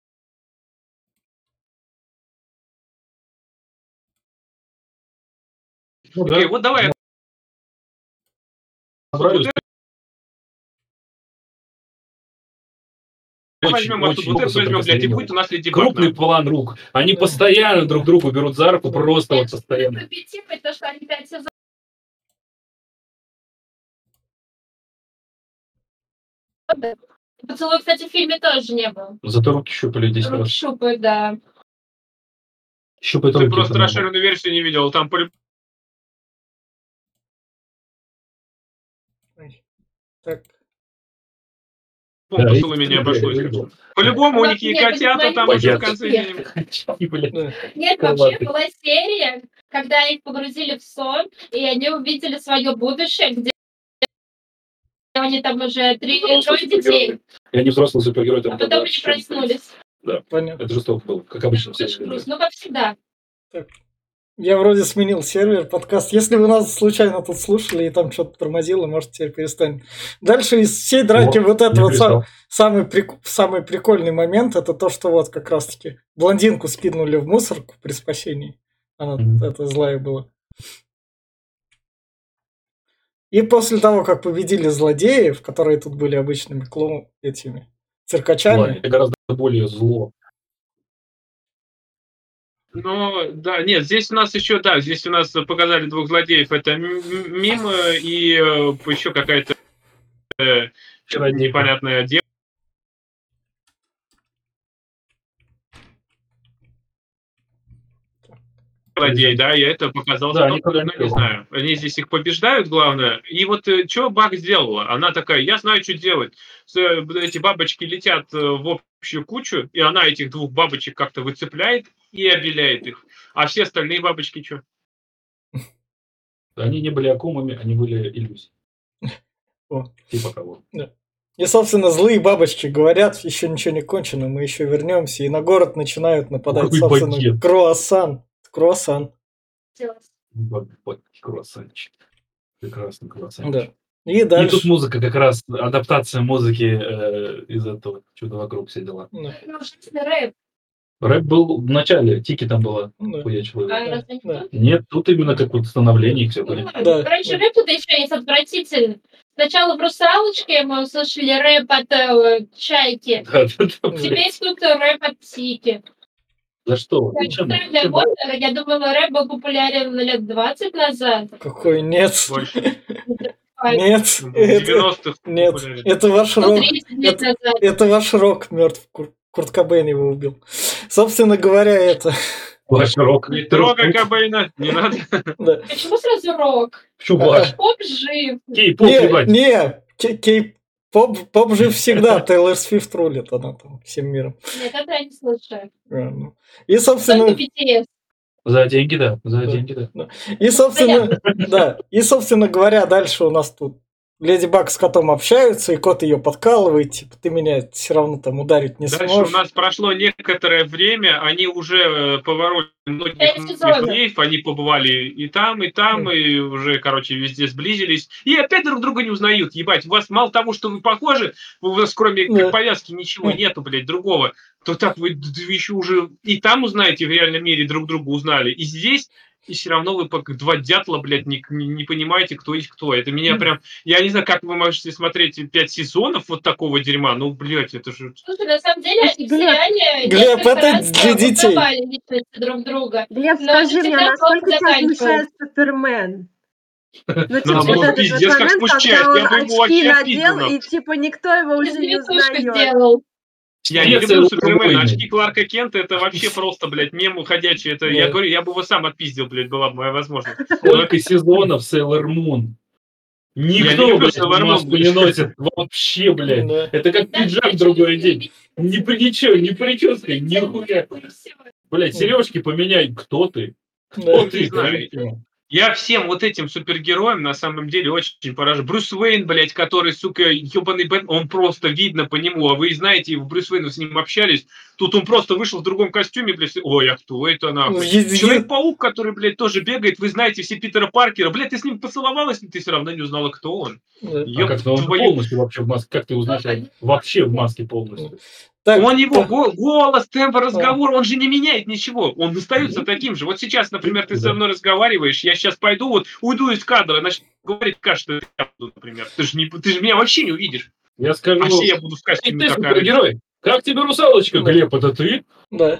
Ну окей, да. вот давай Набрали вот это очень, возьмем, оттуда очень вот много это возьмем, блядь, и соприкосновений будет у рук. нас Леди Баг. Крупный нахуй. план рук. Они Да. постоянно друг друга берут за руку, Да. просто вот постоянно. Репетировать то, что они пять сезонов. Поцелуй, кстати, в фильме тоже не был. Зато руки щупали десять Руки раз. щупают, да. Щупают Ты руки. просто это нормально. расширенную версию не видел. Там по Ой. Так. любому Да, поцелуй и- меня обошлось. видел. По-любому, у Вот них и нет, котята это там уже в Боятся. конце. Нет. не- И, блядь, Да. Нет, крылатый. вообще была серия, когда их погрузили в сон, и они увидели свое будущее, где они там уже три, трое детей, И они взрослые супергерои. а там потом тогда они чем- проснулись. Понятно. Это жестоко было, как обычно. все Очень время. грустно. Ну, как всегда. Я вроде сменил сервер, подкаст. Если вы нас случайно тут слушали и там что-то тормозило, может теперь перестанет. Дальше из всей драки О, вот это не вот сам- перестал. самый, прик- самый прикольный момент, это то, что вот как раз-таки блондинку скинули в мусорку при спасении. Она Мгм. это злая была. И после того, как победили злодеев, которые тут были обычными клоун этими циркачами, Ладно, это гораздо более зло. Ну, да, нет, здесь у нас еще, да, здесь у нас показали двух злодеев. Это м- м- мим э, и э, еще какая-то э, Чародейка. непонятная девушка. Злодей, да, и это показалось, Да, ну, они когда ну, не знаю, они здесь их побеждают, главное. И вот что Баг сделала? Она такая, я знаю, что делать. С- э, Эти бабочки летят э, в общую кучу, и она этих двух бабочек как-то выцепляет и обеляет их. А все остальные бабочки что? Они не были акумами, они были иллюзией. О. Типа того. Да. И, собственно, злые бабочки говорят, еще ничего не кончено, мы еще вернемся. И на город начинают нападать, Какой собственно, бандит. круассан. Круассан, Вот, вот, круассанчик. Прекрасный круассанчик. да. И И тут дальше... музыка, как раз адаптация музыки э, из этого «Чудо вокруг», все дела. Да, Ну, ужасный рэп. Рэп был в начале, Тики там была, да, хуячила его. А да, разве не да. тут? Нет, тут именно как вот становление и все. Ну, Да, короче, да. рэп тут еще есть отвратительный. Сначала в «Русалочке» мы услышали рэп от э, Чайки. Да, да, да, блядь. Теперь тут рэп от Тики. За что? Так, Зачем? странный Зачем? год. Я думала, рэп был популярен лет двадцать назад. Какой нет. Больше. Нет, В это, девяностых нет, популярен. это ваш Ну, рок. тридцать лет Это, назад. это ваш рок мертв. Кур- Курт Кобейн его убил. Собственно говоря, это. Ваш рок. Не трогай Кобейна, не надо. Да. Почему сразу рок? Почему ваш? Поп жив. Кей-поп, Не, ебать. не, кей- кей- поп, поп жив всегда. Тейлор Свифт рулит, она там всем миром. Нет, это я не слушаю. А, ну. И, собственно, Только би ти эс. За деньги, да. За Да. деньги, да. и, собственно, да, и, собственно говоря, дальше у нас тут Леди Баг с котом общаются, и кот ее подкалывает, типа, ты меня все равно там ударить не Дальше сможешь. у нас прошло некоторое время, они уже э, поворотили многих Пять сезонов. мифлеев, они побывали и там, и там, и уже, короче, везде сблизились. И опять друг друга не узнают, ебать. У вас мало того, что вы похожи, у вас кроме Да. повязки ничего Да. нету, блядь, другого. То так вы, д- вы еще уже и там узнаете, в реальном мире друг друга узнали, и здесь, и все равно вы как два дятла, блядь, не, не, не понимаете, кто есть кто. Это меня прям... Я не знаю, как вы можете смотреть пять сезонов вот такого дерьма. Ну, блядь, это же... Слушай, на самом деле, они в Глеб, сериале Глеб, несколько это раз для детей. узнавали личности друг друга. Глеб, Но скажи это мне, всегда насколько плохо тебя заканчивалось. смущает Супермен? Ну, Ну, типа, был вот этот пиздец, вот как момент, смущает. когда он Я бы его очки вообще надел, отпиздил, и типа никто его И уже не завитушку узнает. сделал. Я не Сердце люблю Супермена. Супермена. Очки Кларка Кента это вообще просто, блядь, мем уходящий. Это, я Да. говорю, я бы его сам отпиздил, блядь, была бы моя возможность. Сколько сезонов Sailor Moon? Я не Никто, люблю блядь, Sailor Moon, маску не блядь. носит. Вообще, блядь. Да. Это как пиджак в другой день. Ни при ничего, ни прическа, ни хуя. Блядь, сережки поменяй. Кто ты? Кто Да. ты? Не знаю. Скажи мне. Я всем вот этим супергероям на самом деле очень поражен. Брюс Уэйн, блядь, который, сука, ебаный Бэтмен, он просто видно по нему. А вы знаете, в Брюс Уэйна с ним общались. Тут он просто вышел в другом костюме, блядь. Ой, а кто это нахуй? Е- е- Человек-паук, который, блядь, тоже бегает. Вы знаете все Питера Паркера. Блядь, ты с ним поцеловалась, но ты все равно не узнала, кто он. Да. А Ёб как-то он же твою- полностью вообще в маске. Как ты узнаешь, он вообще в маске полностью? Так, Он его так, го- голос, темп разговора, он же не меняет ничего. Он остается таким же. Вот сейчас, например, ты со мной разговариваешь, я сейчас пойду, вот уйду из кадра, значит, говорить, кажется, что я буду, например. Ты же, не, ты же меня вообще не увидишь. Я скажу, А все я буду в «Эй, костюме ты такая. супергерой. Как тебе русалочка? Да. Глеб, это ты? да.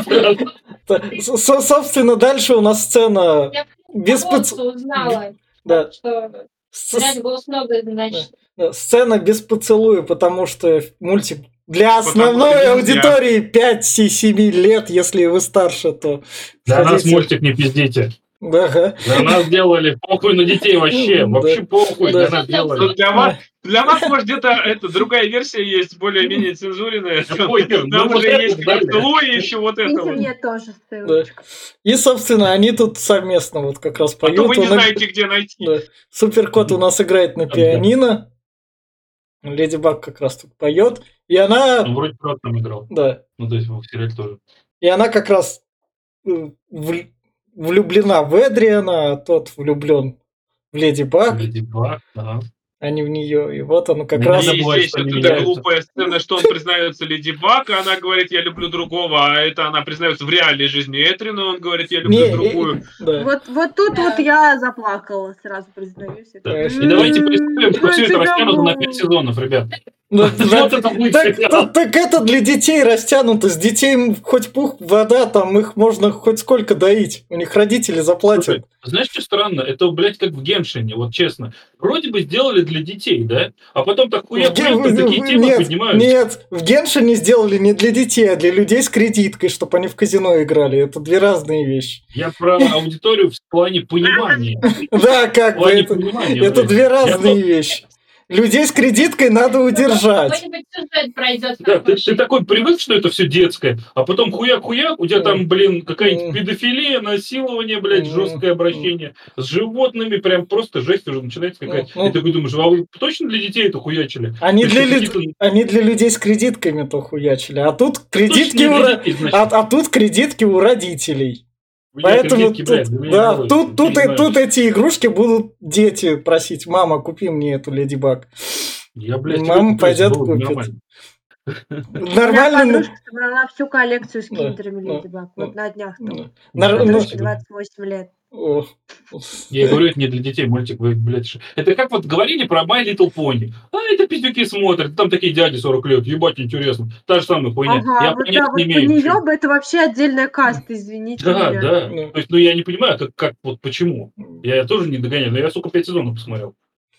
Та- с- с- Собственно, дальше у нас сцена Я без по поц- голосу узнала, Да. что С- реально голос много значит. да, сцена без поцелуя, потому что мультик для основной Потому что нельзя. аудитории пять-семь лет, если вы старше, то За нас сходите. мультик не пиздите. Да, ага. За нас делали похуй на детей вообще. Да. Вообще похуй Да. для нас Ну, делали. Для вас, для вас, может, где-то это, другая версия есть, более-менее цензуренная. Похер, Там ну, вот уже это есть да, поцелуй и еще вот это Киньте вот. мне тоже Да. ссылочку. И, собственно, они тут совместно вот как раз А поют. то вы не Он- знаете, где найти. Да. Суперкот у нас играет на пианино. Леди Баг как раз тут поет. И она... Он вроде как там играл. Да. Ну, то есть в сериале тоже. И она как раз э, в- влюблена в Эдриана, а тот влюблен в Леди Баг, Леди Баг, ага. а не в нее. И вот оно как Не раз... надо И забывать, здесь что вот они эта меняются. глупая сцена, что он признается Леди Баг, а она говорит, я люблю другого, а это она признается в реальной жизни Этрину, он говорит, я люблю Не, другую. э, да. Вот, вот тут Да. вот я заплакала, сразу признаюсь. Да. Э, И давайте представим, что М, все это я растянуто на тебя пять сезонов, ребят. Да, да, Вот это будет так, сериал. так- так это для детей растянуто. С детей хоть пух, вода, там их можно хоть сколько доить. У них родители заплатят. Слушай, знаешь, что странно? Это, блядь, как в Геншине, вот честно. Вроде бы сделали для детей, да? А потом так хуя В Ген- хуя такие темы нет, поднимаются. нет, в Геншине сделали не для детей, а для людей с кредиткой, чтобы они в казино играли. Это две разные вещи. Я про аудиторию в плане понимания. Да, как В бы плане это, понимания, это блядь. две разные Я- вещи. Людей с кредиткой надо удержать. Какой-нибудь сюжет пройдет. Да, ты, ты такой привык, что это все детское, а потом хуяк-хуяк, у тебя там, блин, какая-нибудь педофилия, насилование, блядь, жесткое обращение с животными, прям просто жесть уже начинается какая-то. Ну, И ты такой думаешь, а вы точно для детей это хуячили? Они То есть для, это лю- какие-то- они для людей с кредитками-то хуячили, а тут Точно кредитки, не у, для ро- детей, значит. а, а тут кредитки у родителей. У меня Поэтому кредитки, тут, блядь, для меня да, удовольствие, тут, ты тут, не и- знаешь. тут эти игрушки будут дети просить: мама, купи мне эту Леди Баг. Я, блядь, тебе Мама куплю, пойдет было бы купит. нормально. У меня Нормально. подружка собрала всю коллекцию с Да, киндерами да, Леди Баг. Вот да, на днях да. только. Нар- ну, Подружке Нифига себе. двадцать восемь лет. о, Я и говорю, это не для детей мультик, вы, блядь, ш- это как вот говорили про My Little Pony. А, это пиздюки смотрят, там такие дяди сорок лет, ебать, интересно. Та же самая хуйня. Ага, Я вот понятия да, не вот про имею ничего. нее бы это вообще отдельная каста, извините Да, меня. да. Ну. То есть, ну, я не понимаю, как, как вот почему. Я тоже не догоняю, но я, сука, пять сезонов посмотрел.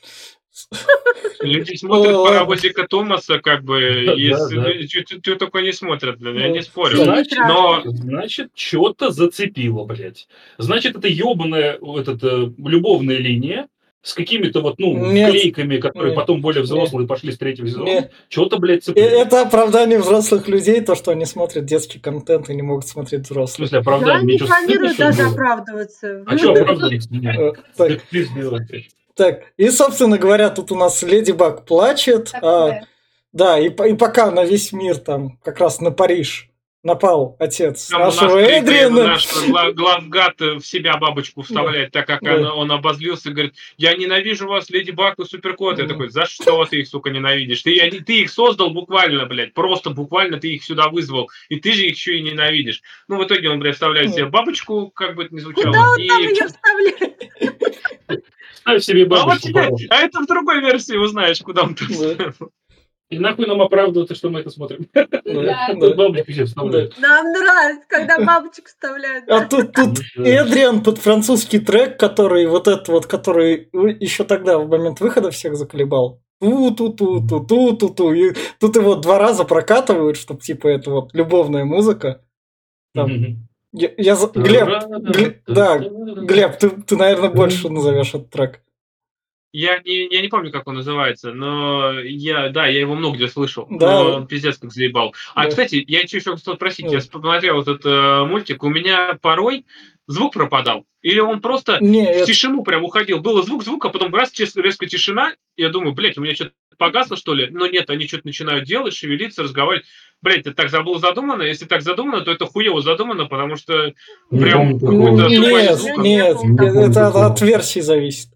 Люди смотрят Ладно. паровозика Томаса, как бы, Да, из- да. чё- чё- чё только не смотрят, блин, я Ну, не спорю. Фильм Значит, Но значит, что-то зацепило, блядь. Значит, это ебаная вот эта любовная линия с какими-то вот, ну, Нет. вклейками, которые Нет. потом более взрослые пошли с третьего сезона. Нет. Что-то, блядь, Э, цепляет. Это оправдание взрослых людей, то, что они смотрят детский контент и не могут смотреть В взрослых. смысле, Я оправдание? Мне не что, стыдно, планирую что ли, даже было? оправдываться. А что оправдывать меня? Э, Так, Так ты сделай. так, и, собственно говоря, тут у нас Леди Баг плачет, а, Такое. да, и, по- и пока на весь мир там, как раз на Париж, напал отец там у нас нашего при- Эдриана. наш гла- главгад в себя бабочку вставляет, так как Да. она- он обозлился, говорит, я ненавижу вас, Леди Баг и Суперкот. Я Мгм. такой, за что ты их, сука, ненавидишь? Ты, они- ты их создал буквально, блядь, просто буквально ты их сюда вызвал, и ты же их еще и ненавидишь. Ну, в итоге он, блядь, вставляет себе бабочку, как бы это ни звучало. Куда он и- там ее вставляет? Ставь себе А вот бабочку, тебе, пожалуйста. а это в другой версии узнаешь, куда он там Да. вставил. И нахуй нам оправдываться, что мы это смотрим. Да, Да. Тут да, бабочку себе вставляют. Нам нравится, когда бабочек вставляют. А тут, тут Эдриан под французский трек, который вот этот вот, который еще тогда в момент выхода всех заколебал. Ту-ту-ту-ту-ту-ту-ту. И тут его два раза прокатывают, чтобы типа это вот любовная музыка. Там. Мгм. Я, я за- Глеб, Гле- да, Глеб, ты, ты, наверное, больше назовешь этот трек. Я не, я не помню, как он называется, но я, да, я его много где слышал. Да. Но он пиздец как заебал. А, Да. кстати, я еще еще хотел спросить, Да. я смотрел этот э, мультик, у меня порой звук пропадал. Или он просто Не, в это- тишину прям уходил. Было звук-звук, а потом раз честно, резко тишина. Я думаю, блядь, у меня что-то погасло, что ли? Но нет, они что-то начинают делать, шевелиться, разговаривать. Блядь, это так было задумано? Если так задумано, то это хуево задумано, потому что Не прям помню такого. какой-то Нет, тупой звук. звук. нет, Не было это, это такого. от версии зависит.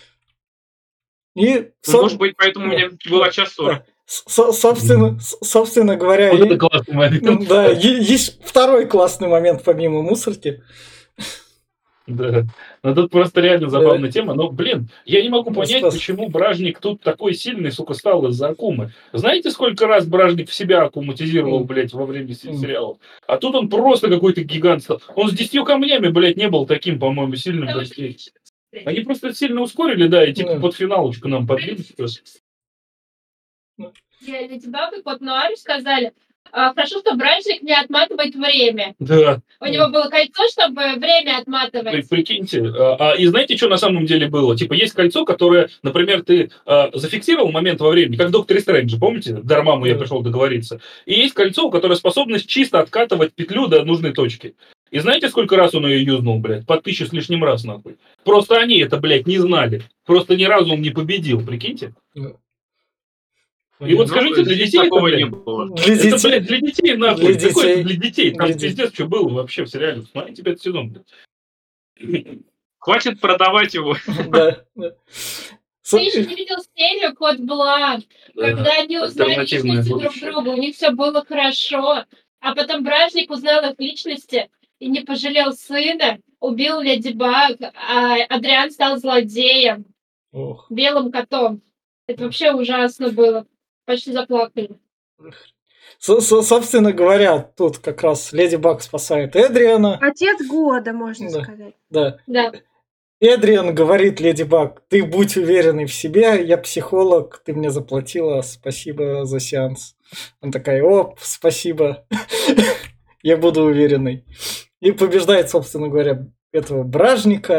И, со- Может быть, поэтому у меня была час сорок. со- собственно, с- собственно говоря, Вот и- это классный момент. ну, да, е- есть второй классный момент помимо мусорки. Да. Но тут просто реально забавная тема. Но, блин, я не могу Ну, понять, Стас. почему Бражник тут такой сильный, сука, стал из-за Акумы. Знаете, сколько раз Бражник в себя аккуматизировал, Мгм. блядь, во время се- Мгм. сериала? А тут он просто какой-то гигант стал. Он с десятью камнями, блядь, не был таким, по-моему, сильным. почти. Они просто сильно ускорили, да, и типа Да. под финалочку нам подвинули. Я Леди Баг и Кот Нуар сказали, а, хорошо, что Бражник не отматывает время. Да. У него было кольцо, чтобы время При- отматывать. Прикиньте, а, а, и знаете, что на самом деле было? Типа, есть кольцо, которое, например, ты а, зафиксировал момент во времени, как в Докторе Стрэнджа, помните? До Дармаму я Да. пришел договориться. И есть кольцо, которое способность чисто откатывать петлю до нужной точки. И знаете, сколько раз он ее юзнул, блядь? По тысячу с лишним раз, нахуй. Просто они это, блядь, не знали. Просто ни разу он не победил, прикиньте. И вот Ну, скажите, для здесь детей это, такого блядь, не было. Для это, детей. блядь, для детей, нахуй. Для Какое это детей. для детей? Там Для детей. пиздец, что было вообще в сериале. Смотрите пятый сезон, блядь. Хватит продавать его. Да, да. С- Ты еще не видел серию Кот Блан, когда они узнали Альтернативное личности друг будущее. друга, у них все было хорошо, а потом Бражник узнал их личности и не пожалел сына, убил Леди Баг, а Адриан стал злодеем, Ох. белым котом. Это вообще ужасно было. Почти заплакали. С- с- Собственно говоря, тут как раз Леди Баг спасает Эдриана. Отец года, можно Да. сказать. Да. Да. Эдриан говорит Леди Баг: ты будь уверенной в себе, я психолог, ты мне заплатила, спасибо за сеанс. Она такая: оп, спасибо, я буду уверенной. И побеждает, собственно говоря, этого Бражника.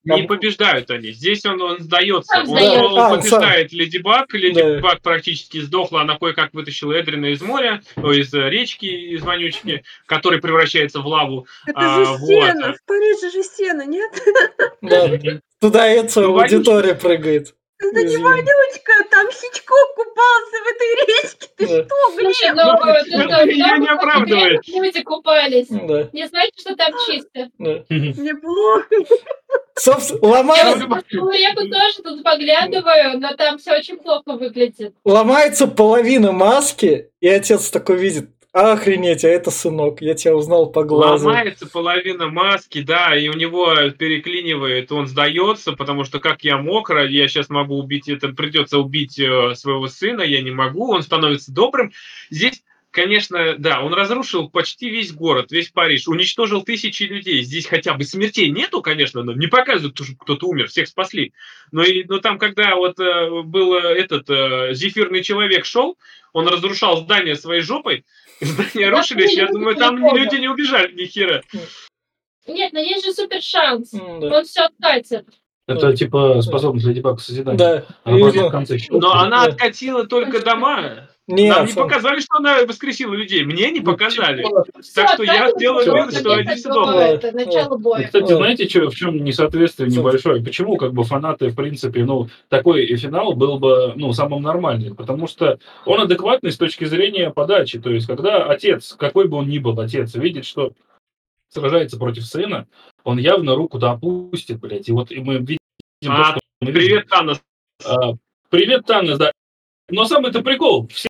Не Там- побеждают они. Здесь он, он сдается. Сам Он, сдается. он А, он побеждает Леди Баг. Леди Да. Баг практически сдохла. Она кое-как вытащила Эдрина из моря, ой, из э, речки, из вонючки, который превращается в лаву. Это А, же вот. сено. В Париже же сено, нет? Да, туда эта Ну, аудитория прыгает. Это не Извини. вонючка, там Хичкок купался в этой речке. Ты Да. что, Слушай, Глеб? ну, Ну, это ну, там её не оправдывает. люди купались. Да, Не знаете, что там чисто? да. Мне плохо. Собственно, Я, ломается, вот- ну, я тут тоже тут поглядываю, но там все очень плохо выглядит. ломается половина маски, и отец такой видит: охренеть, а это сынок, я тебя узнал по глазу. Ломается половина маски, да, и у него переклинивает, он сдается, потому что как я мокро, я сейчас могу убить, это придется убить э, своего сына, я не могу, он становится добрым. Здесь, конечно, да, он разрушил почти весь город, весь Париж, уничтожил тысячи людей. Здесь хотя бы смертей нету, конечно, но не показывают, что кто-то умер, всех спасли. Но, и, но там, когда вот э, был этот э, зефирный человек шел, он разрушал здание своей жопой, здания Да, рушились, я люди думаю, не там помнят. люди не убежали ни хера. Нет, но есть же супер шанс. М, Да, Он все откатит. Это типа способность Леди Баг к созиданию. да. Она И, просто ну, в конце Но щелкает. она Да. откатила только дома. нет, Нам не он- показали, что она воскресила людей. Мне не показали. Все Так что я откатывается, сделал потом вывод, что наконец-то они все до дома. это, начала боя. Кстати, Да. знаете, чё- в чем несоответствие Что? небольшое? Почему как бы фанаты, в принципе, ну, такой финал был бы, ну, самым нормальным? Потому что он адекватный с точки зрения подачи. То есть, когда отец, какой бы он ни был отец, видит, что сражается против сына, он явно руку-то опустит, блядь. И вот и мы видим то, А, что мы видим. Привет, Танос. А, привет, Таннес, да. Но самый-то прикол, все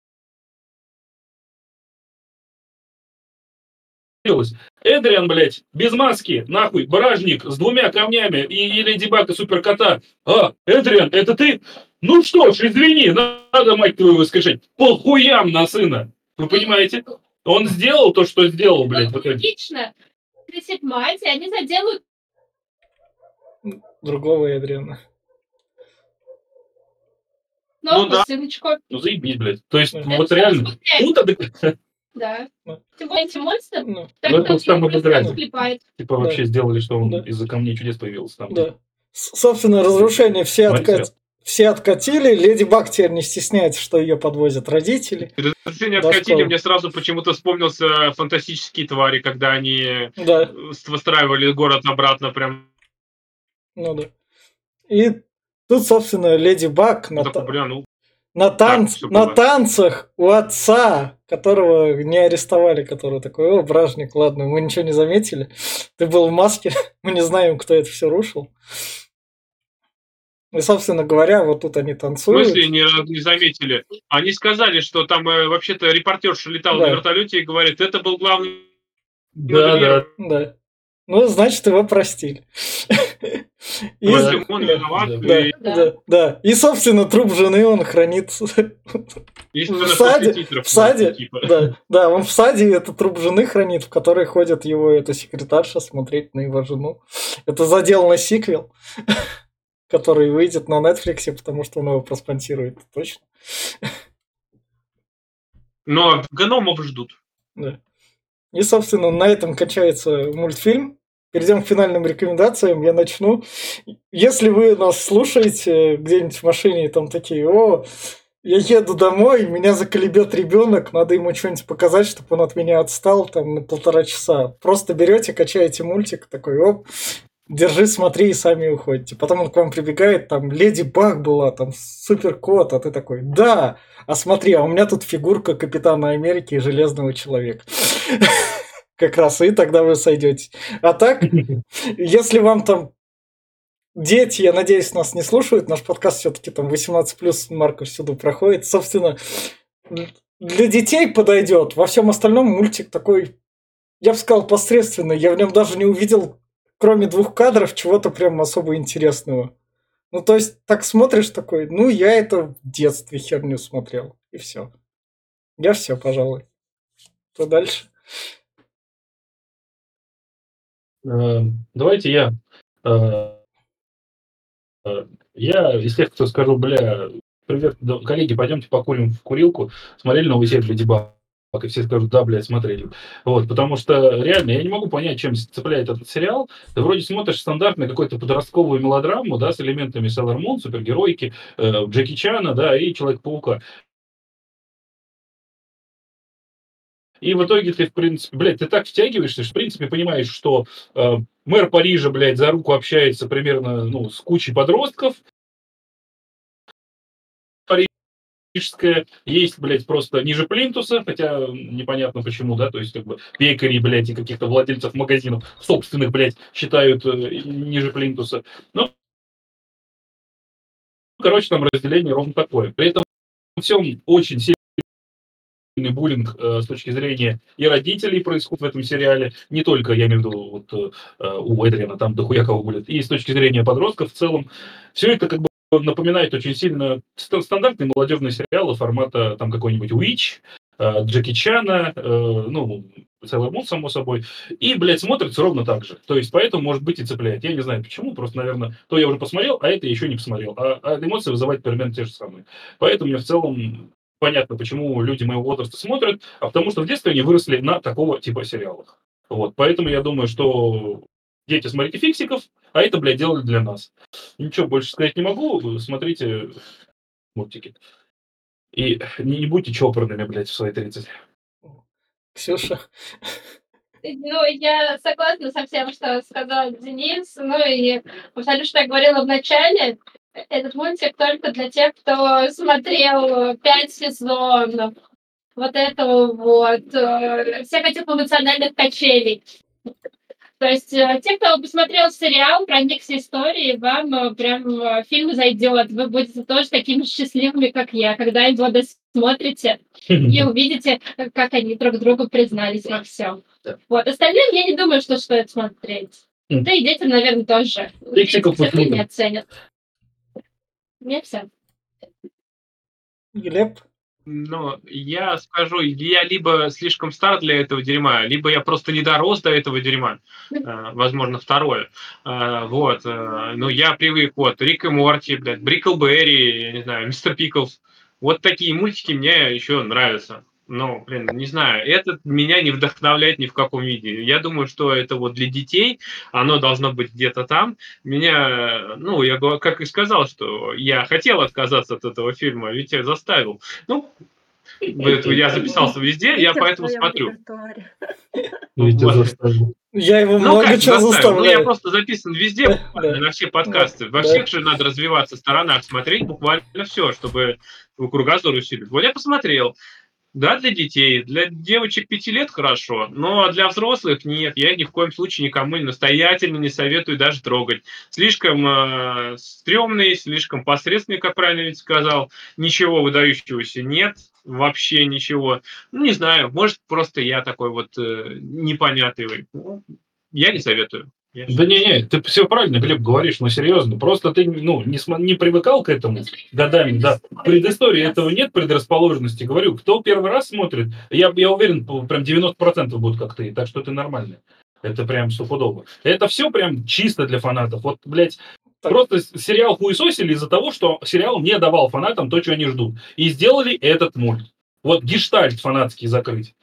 делалось. Эдриан, блядь, без маски, нахуй, баражник с двумя камнями и, и Леди Баг и Суперкота. А, Эдриан, это ты? Ну что ж, извини, надо, мать твою, воскрешать. Похуям на сына. Вы понимаете? Он сделал то, что сделал, блядь, в Ну, итоге. логично. Крестит мать, и они заделают. другого Эдриана. Ну, Ну да. сыночку. Ну заебись, блядь. То есть, Да. вот реально, тут адекватно. Да. Да. Тем более, эти монстры, Ну, так Ну, это как там его просто обыграли. расклепает. Типа Да. вообще сделали, что он Да. из-за камней чудес появился там. да. С- Собственно, разрушение все, Смотрите, откат... все откатили. Леди Баг теперь не стесняется, что ее подвозят родители. Разрешение Да, откатили, школа. мне сразу почему-то вспомнился фантастические твари, когда они Да, э, выстраивали город обратно прям. ну да. И тут, собственно, Леди Баг на, Такой, та- бля, ну, на, танц... всё на было. танцах у отца, которого не арестовали, который такой: о, бражник, ладно, мы ничего не заметили. Ты был в маске, мы не знаем, кто это все рушил. И, собственно говоря, вот тут они в танцуют. смысле не, не заметили? Они сказали, что там э, вообще-то репортерша летала Да. на вертолете и говорит, это был главный Да, да. Да. Ну, значит, его простили. И, Да. в общем, он да, виноват. да, И, да, да. И, собственно, труп жены он хранит естественно, в саде, после титров, в саде, типа. да, да, он в саде этот труп жены хранит, в которой ходит его эта секретарша смотреть на его жену. Это заделанный сиквел, который выйдет на Netflix, потому что он его проспонсирует, точно. Но гномов ждут. Да. И, собственно, на этом кончается мультфильм. Перейдем к финальным рекомендациям. Я начну. Если вы нас слушаете где-нибудь в машине, и там такие: о, я еду домой, меня заколебет ребенок, надо ему что-нибудь показать, чтобы он от меня отстал там на полтора часа. Просто берете, качаете мультик, такой: оп, держи, смотри, и сами уходите. Потом он к вам прибегает, там Леди Баг была, там Супер Кот, а ты такой: да, а смотри, а у меня тут фигурка Капитана Америки и Железного Человека. Как раз, и тогда вы сойдете. А так, если вам там дети, я надеюсь, нас не слушают, наш подкаст все-таки там восемнадцать плюс марка всюду проходит. Собственно, для детей подойдет. Во всем остальном мультик такой, я бы сказал, посредственный. Я в нем даже не увидел, кроме двух кадров, чего-то прям особо интересного. Ну, то есть, так смотришь такой: ну, я это в детстве херню смотрел. И все. Я все, пожалуй. Что дальше? Э, Давайте я. э, э, Я из тех, кто скажу: бля, привет, да, коллеги, пойдемте покурим в курилку. Смотрели новую серию Леди Баг? и все скажут, да, блядь, смотрели. Вот, потому что реально я не могу понять, чем цепляет этот сериал. Ты вроде смотришь стандартную какую-то подростковую мелодраму, да, с элементами Sailor Moon, супергеройки, э, Джеки Чана, да, и Человек-паука. И в итоге ты, в принципе, блядь, ты так втягиваешься, что, в принципе, понимаешь, что э, мэр Парижа, блядь, за руку общается примерно, ну, с кучей подростков. Парижская есть, блядь, просто ниже плинтуса, хотя непонятно почему, да, то есть, как бы, пекарей, блядь, и каких-то владельцев магазинов собственных, блядь, считают э, ниже плинтуса. Ну, короче, там разделение ровно такое. При этом всем очень сильно буллинг э, с точки зрения и родителей происходит в этом сериале, не только, я имею в виду, вот, э, у Эдриана там дохуя кого булит, и с точки зрения подростков в целом. Все это как бы напоминает очень сильно стандартные молодежные сериалы формата там какой-нибудь Witch, э, Джеки Чана, э, ну, Sailor Moon, само собой, и, блядь, смотрится ровно так же. То есть, поэтому, может быть, и цепляет. Я не знаю почему, просто, наверное, то я уже посмотрел, а это я еще не посмотрел. А, а эмоции вызывают примерно те же самые. Поэтому мне в целом понятно, почему люди моего возраста смотрят, а потому что в детстве они выросли на такого типа сериалах. Вот, поэтому я думаю, что дети, смотрите фиксиков, а это, блядь, делали для нас. Ничего больше сказать не могу, смотрите мультики. И не, не будьте чопорными, блядь, в свои тридцать. Ксюша. Ну, я согласна со всем, что сказал Денис. Ну и абсолютно, что я говорила в начале, этот мультик только для тех, кто смотрел пять сезонов вот этого вот, э, всех этих эмоциональных качелей. То есть э, те, кто посмотрел сериал, проникся историей, вам э, прям э, фильм зайдет. Вы будете тоже такими счастливыми, как я, когда его досмотрите и увидите, как они друг другу признались во всем. Вот. Остальным я не думаю, что стоит смотреть. Да и детям, наверное, тоже. Фиксиков Дети посмотрим. не оценят. Мне все. Глеб? Ну, я скажу, я либо слишком стар для этого дерьма, либо я просто не дорос до этого дерьма. Э, возможно, второе. Э, вот. Э, ну, я привык, вот, Рик и Морти, блядь, Бриклберри, я не знаю, Мистер Пиклз. Вот такие мультики мне еще нравятся. Ну, блин, не знаю, это меня не вдохновляет ни в каком виде. Я думаю, что это вот для детей, оно должно быть где-то там. Меня, ну, я го- как и сказал, что я хотел отказаться от этого фильма, ведь я заставил. Ну, это я записался везде, я Видите в поэтому своем смотрю. репертуаре. Видите, Вот. заставил. Я его Ну, много как чего заставил? Ну, я заставляю. просто записан везде, Да, буквально, да. на все подкасты. Во Да. всех же надо развиваться сторонах, смотреть буквально все, чтобы кругозор усилить. Вот я посмотрел. Да, для детей, для девочек пяти лет хорошо, но для взрослых нет. Я ни в коем случае никому настоятельно не советую даже трогать. Слишком э, стрёмный, слишком посредственный, как правильно ведь сказал. Ничего выдающегося нет, вообще ничего. Ну, не знаю, может, просто я такой вот э, непонятливый. Ну, я не советую. Я Да не-не, ты все правильно, Глеб, говоришь, но серьезно. Просто ты ну, не, см- не привыкал к этому годами, да. В предыстории этого нет предрасположенности. Говорю, кто первый раз смотрит, я, я уверен, по- прям девяносто процентов будут как ты, так что ты нормальный. Это прям стопудово. Это все прям чисто для фанатов. Вот, блядь, Так. просто с- сериал хуесосили из-за того, что сериал не давал фанатам то, что они ждут. И сделали этот мульт. Вот гештальт фанатский закрыть.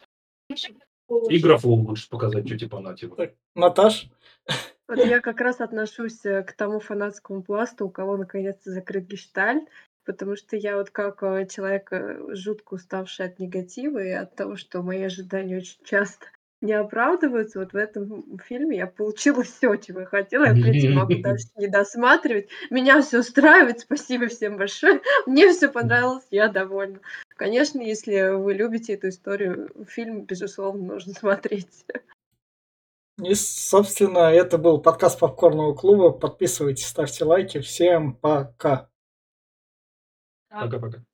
И графу лучше показать, что типа на типа. Так, Наташ? Вот я как раз отношусь э, к тому фанатскому пласту, у кого наконец-то закрыт гештальт, потому что я вот как э, человек, э, жутко уставший от негатива и от того, что мои ожидания очень часто не оправдываются, вот в этом фильме я получила все, чего я хотела. Я, в принципе, могу дальше не досматривать. Меня все устраивает. Спасибо всем большое. Мне все понравилось, я довольна. Конечно, если вы любите эту историю, фильм, безусловно, нужно смотреть. И, собственно, это был подкаст Попкорного клуба. Подписывайтесь, ставьте лайки. Всем пока. Пока-пока.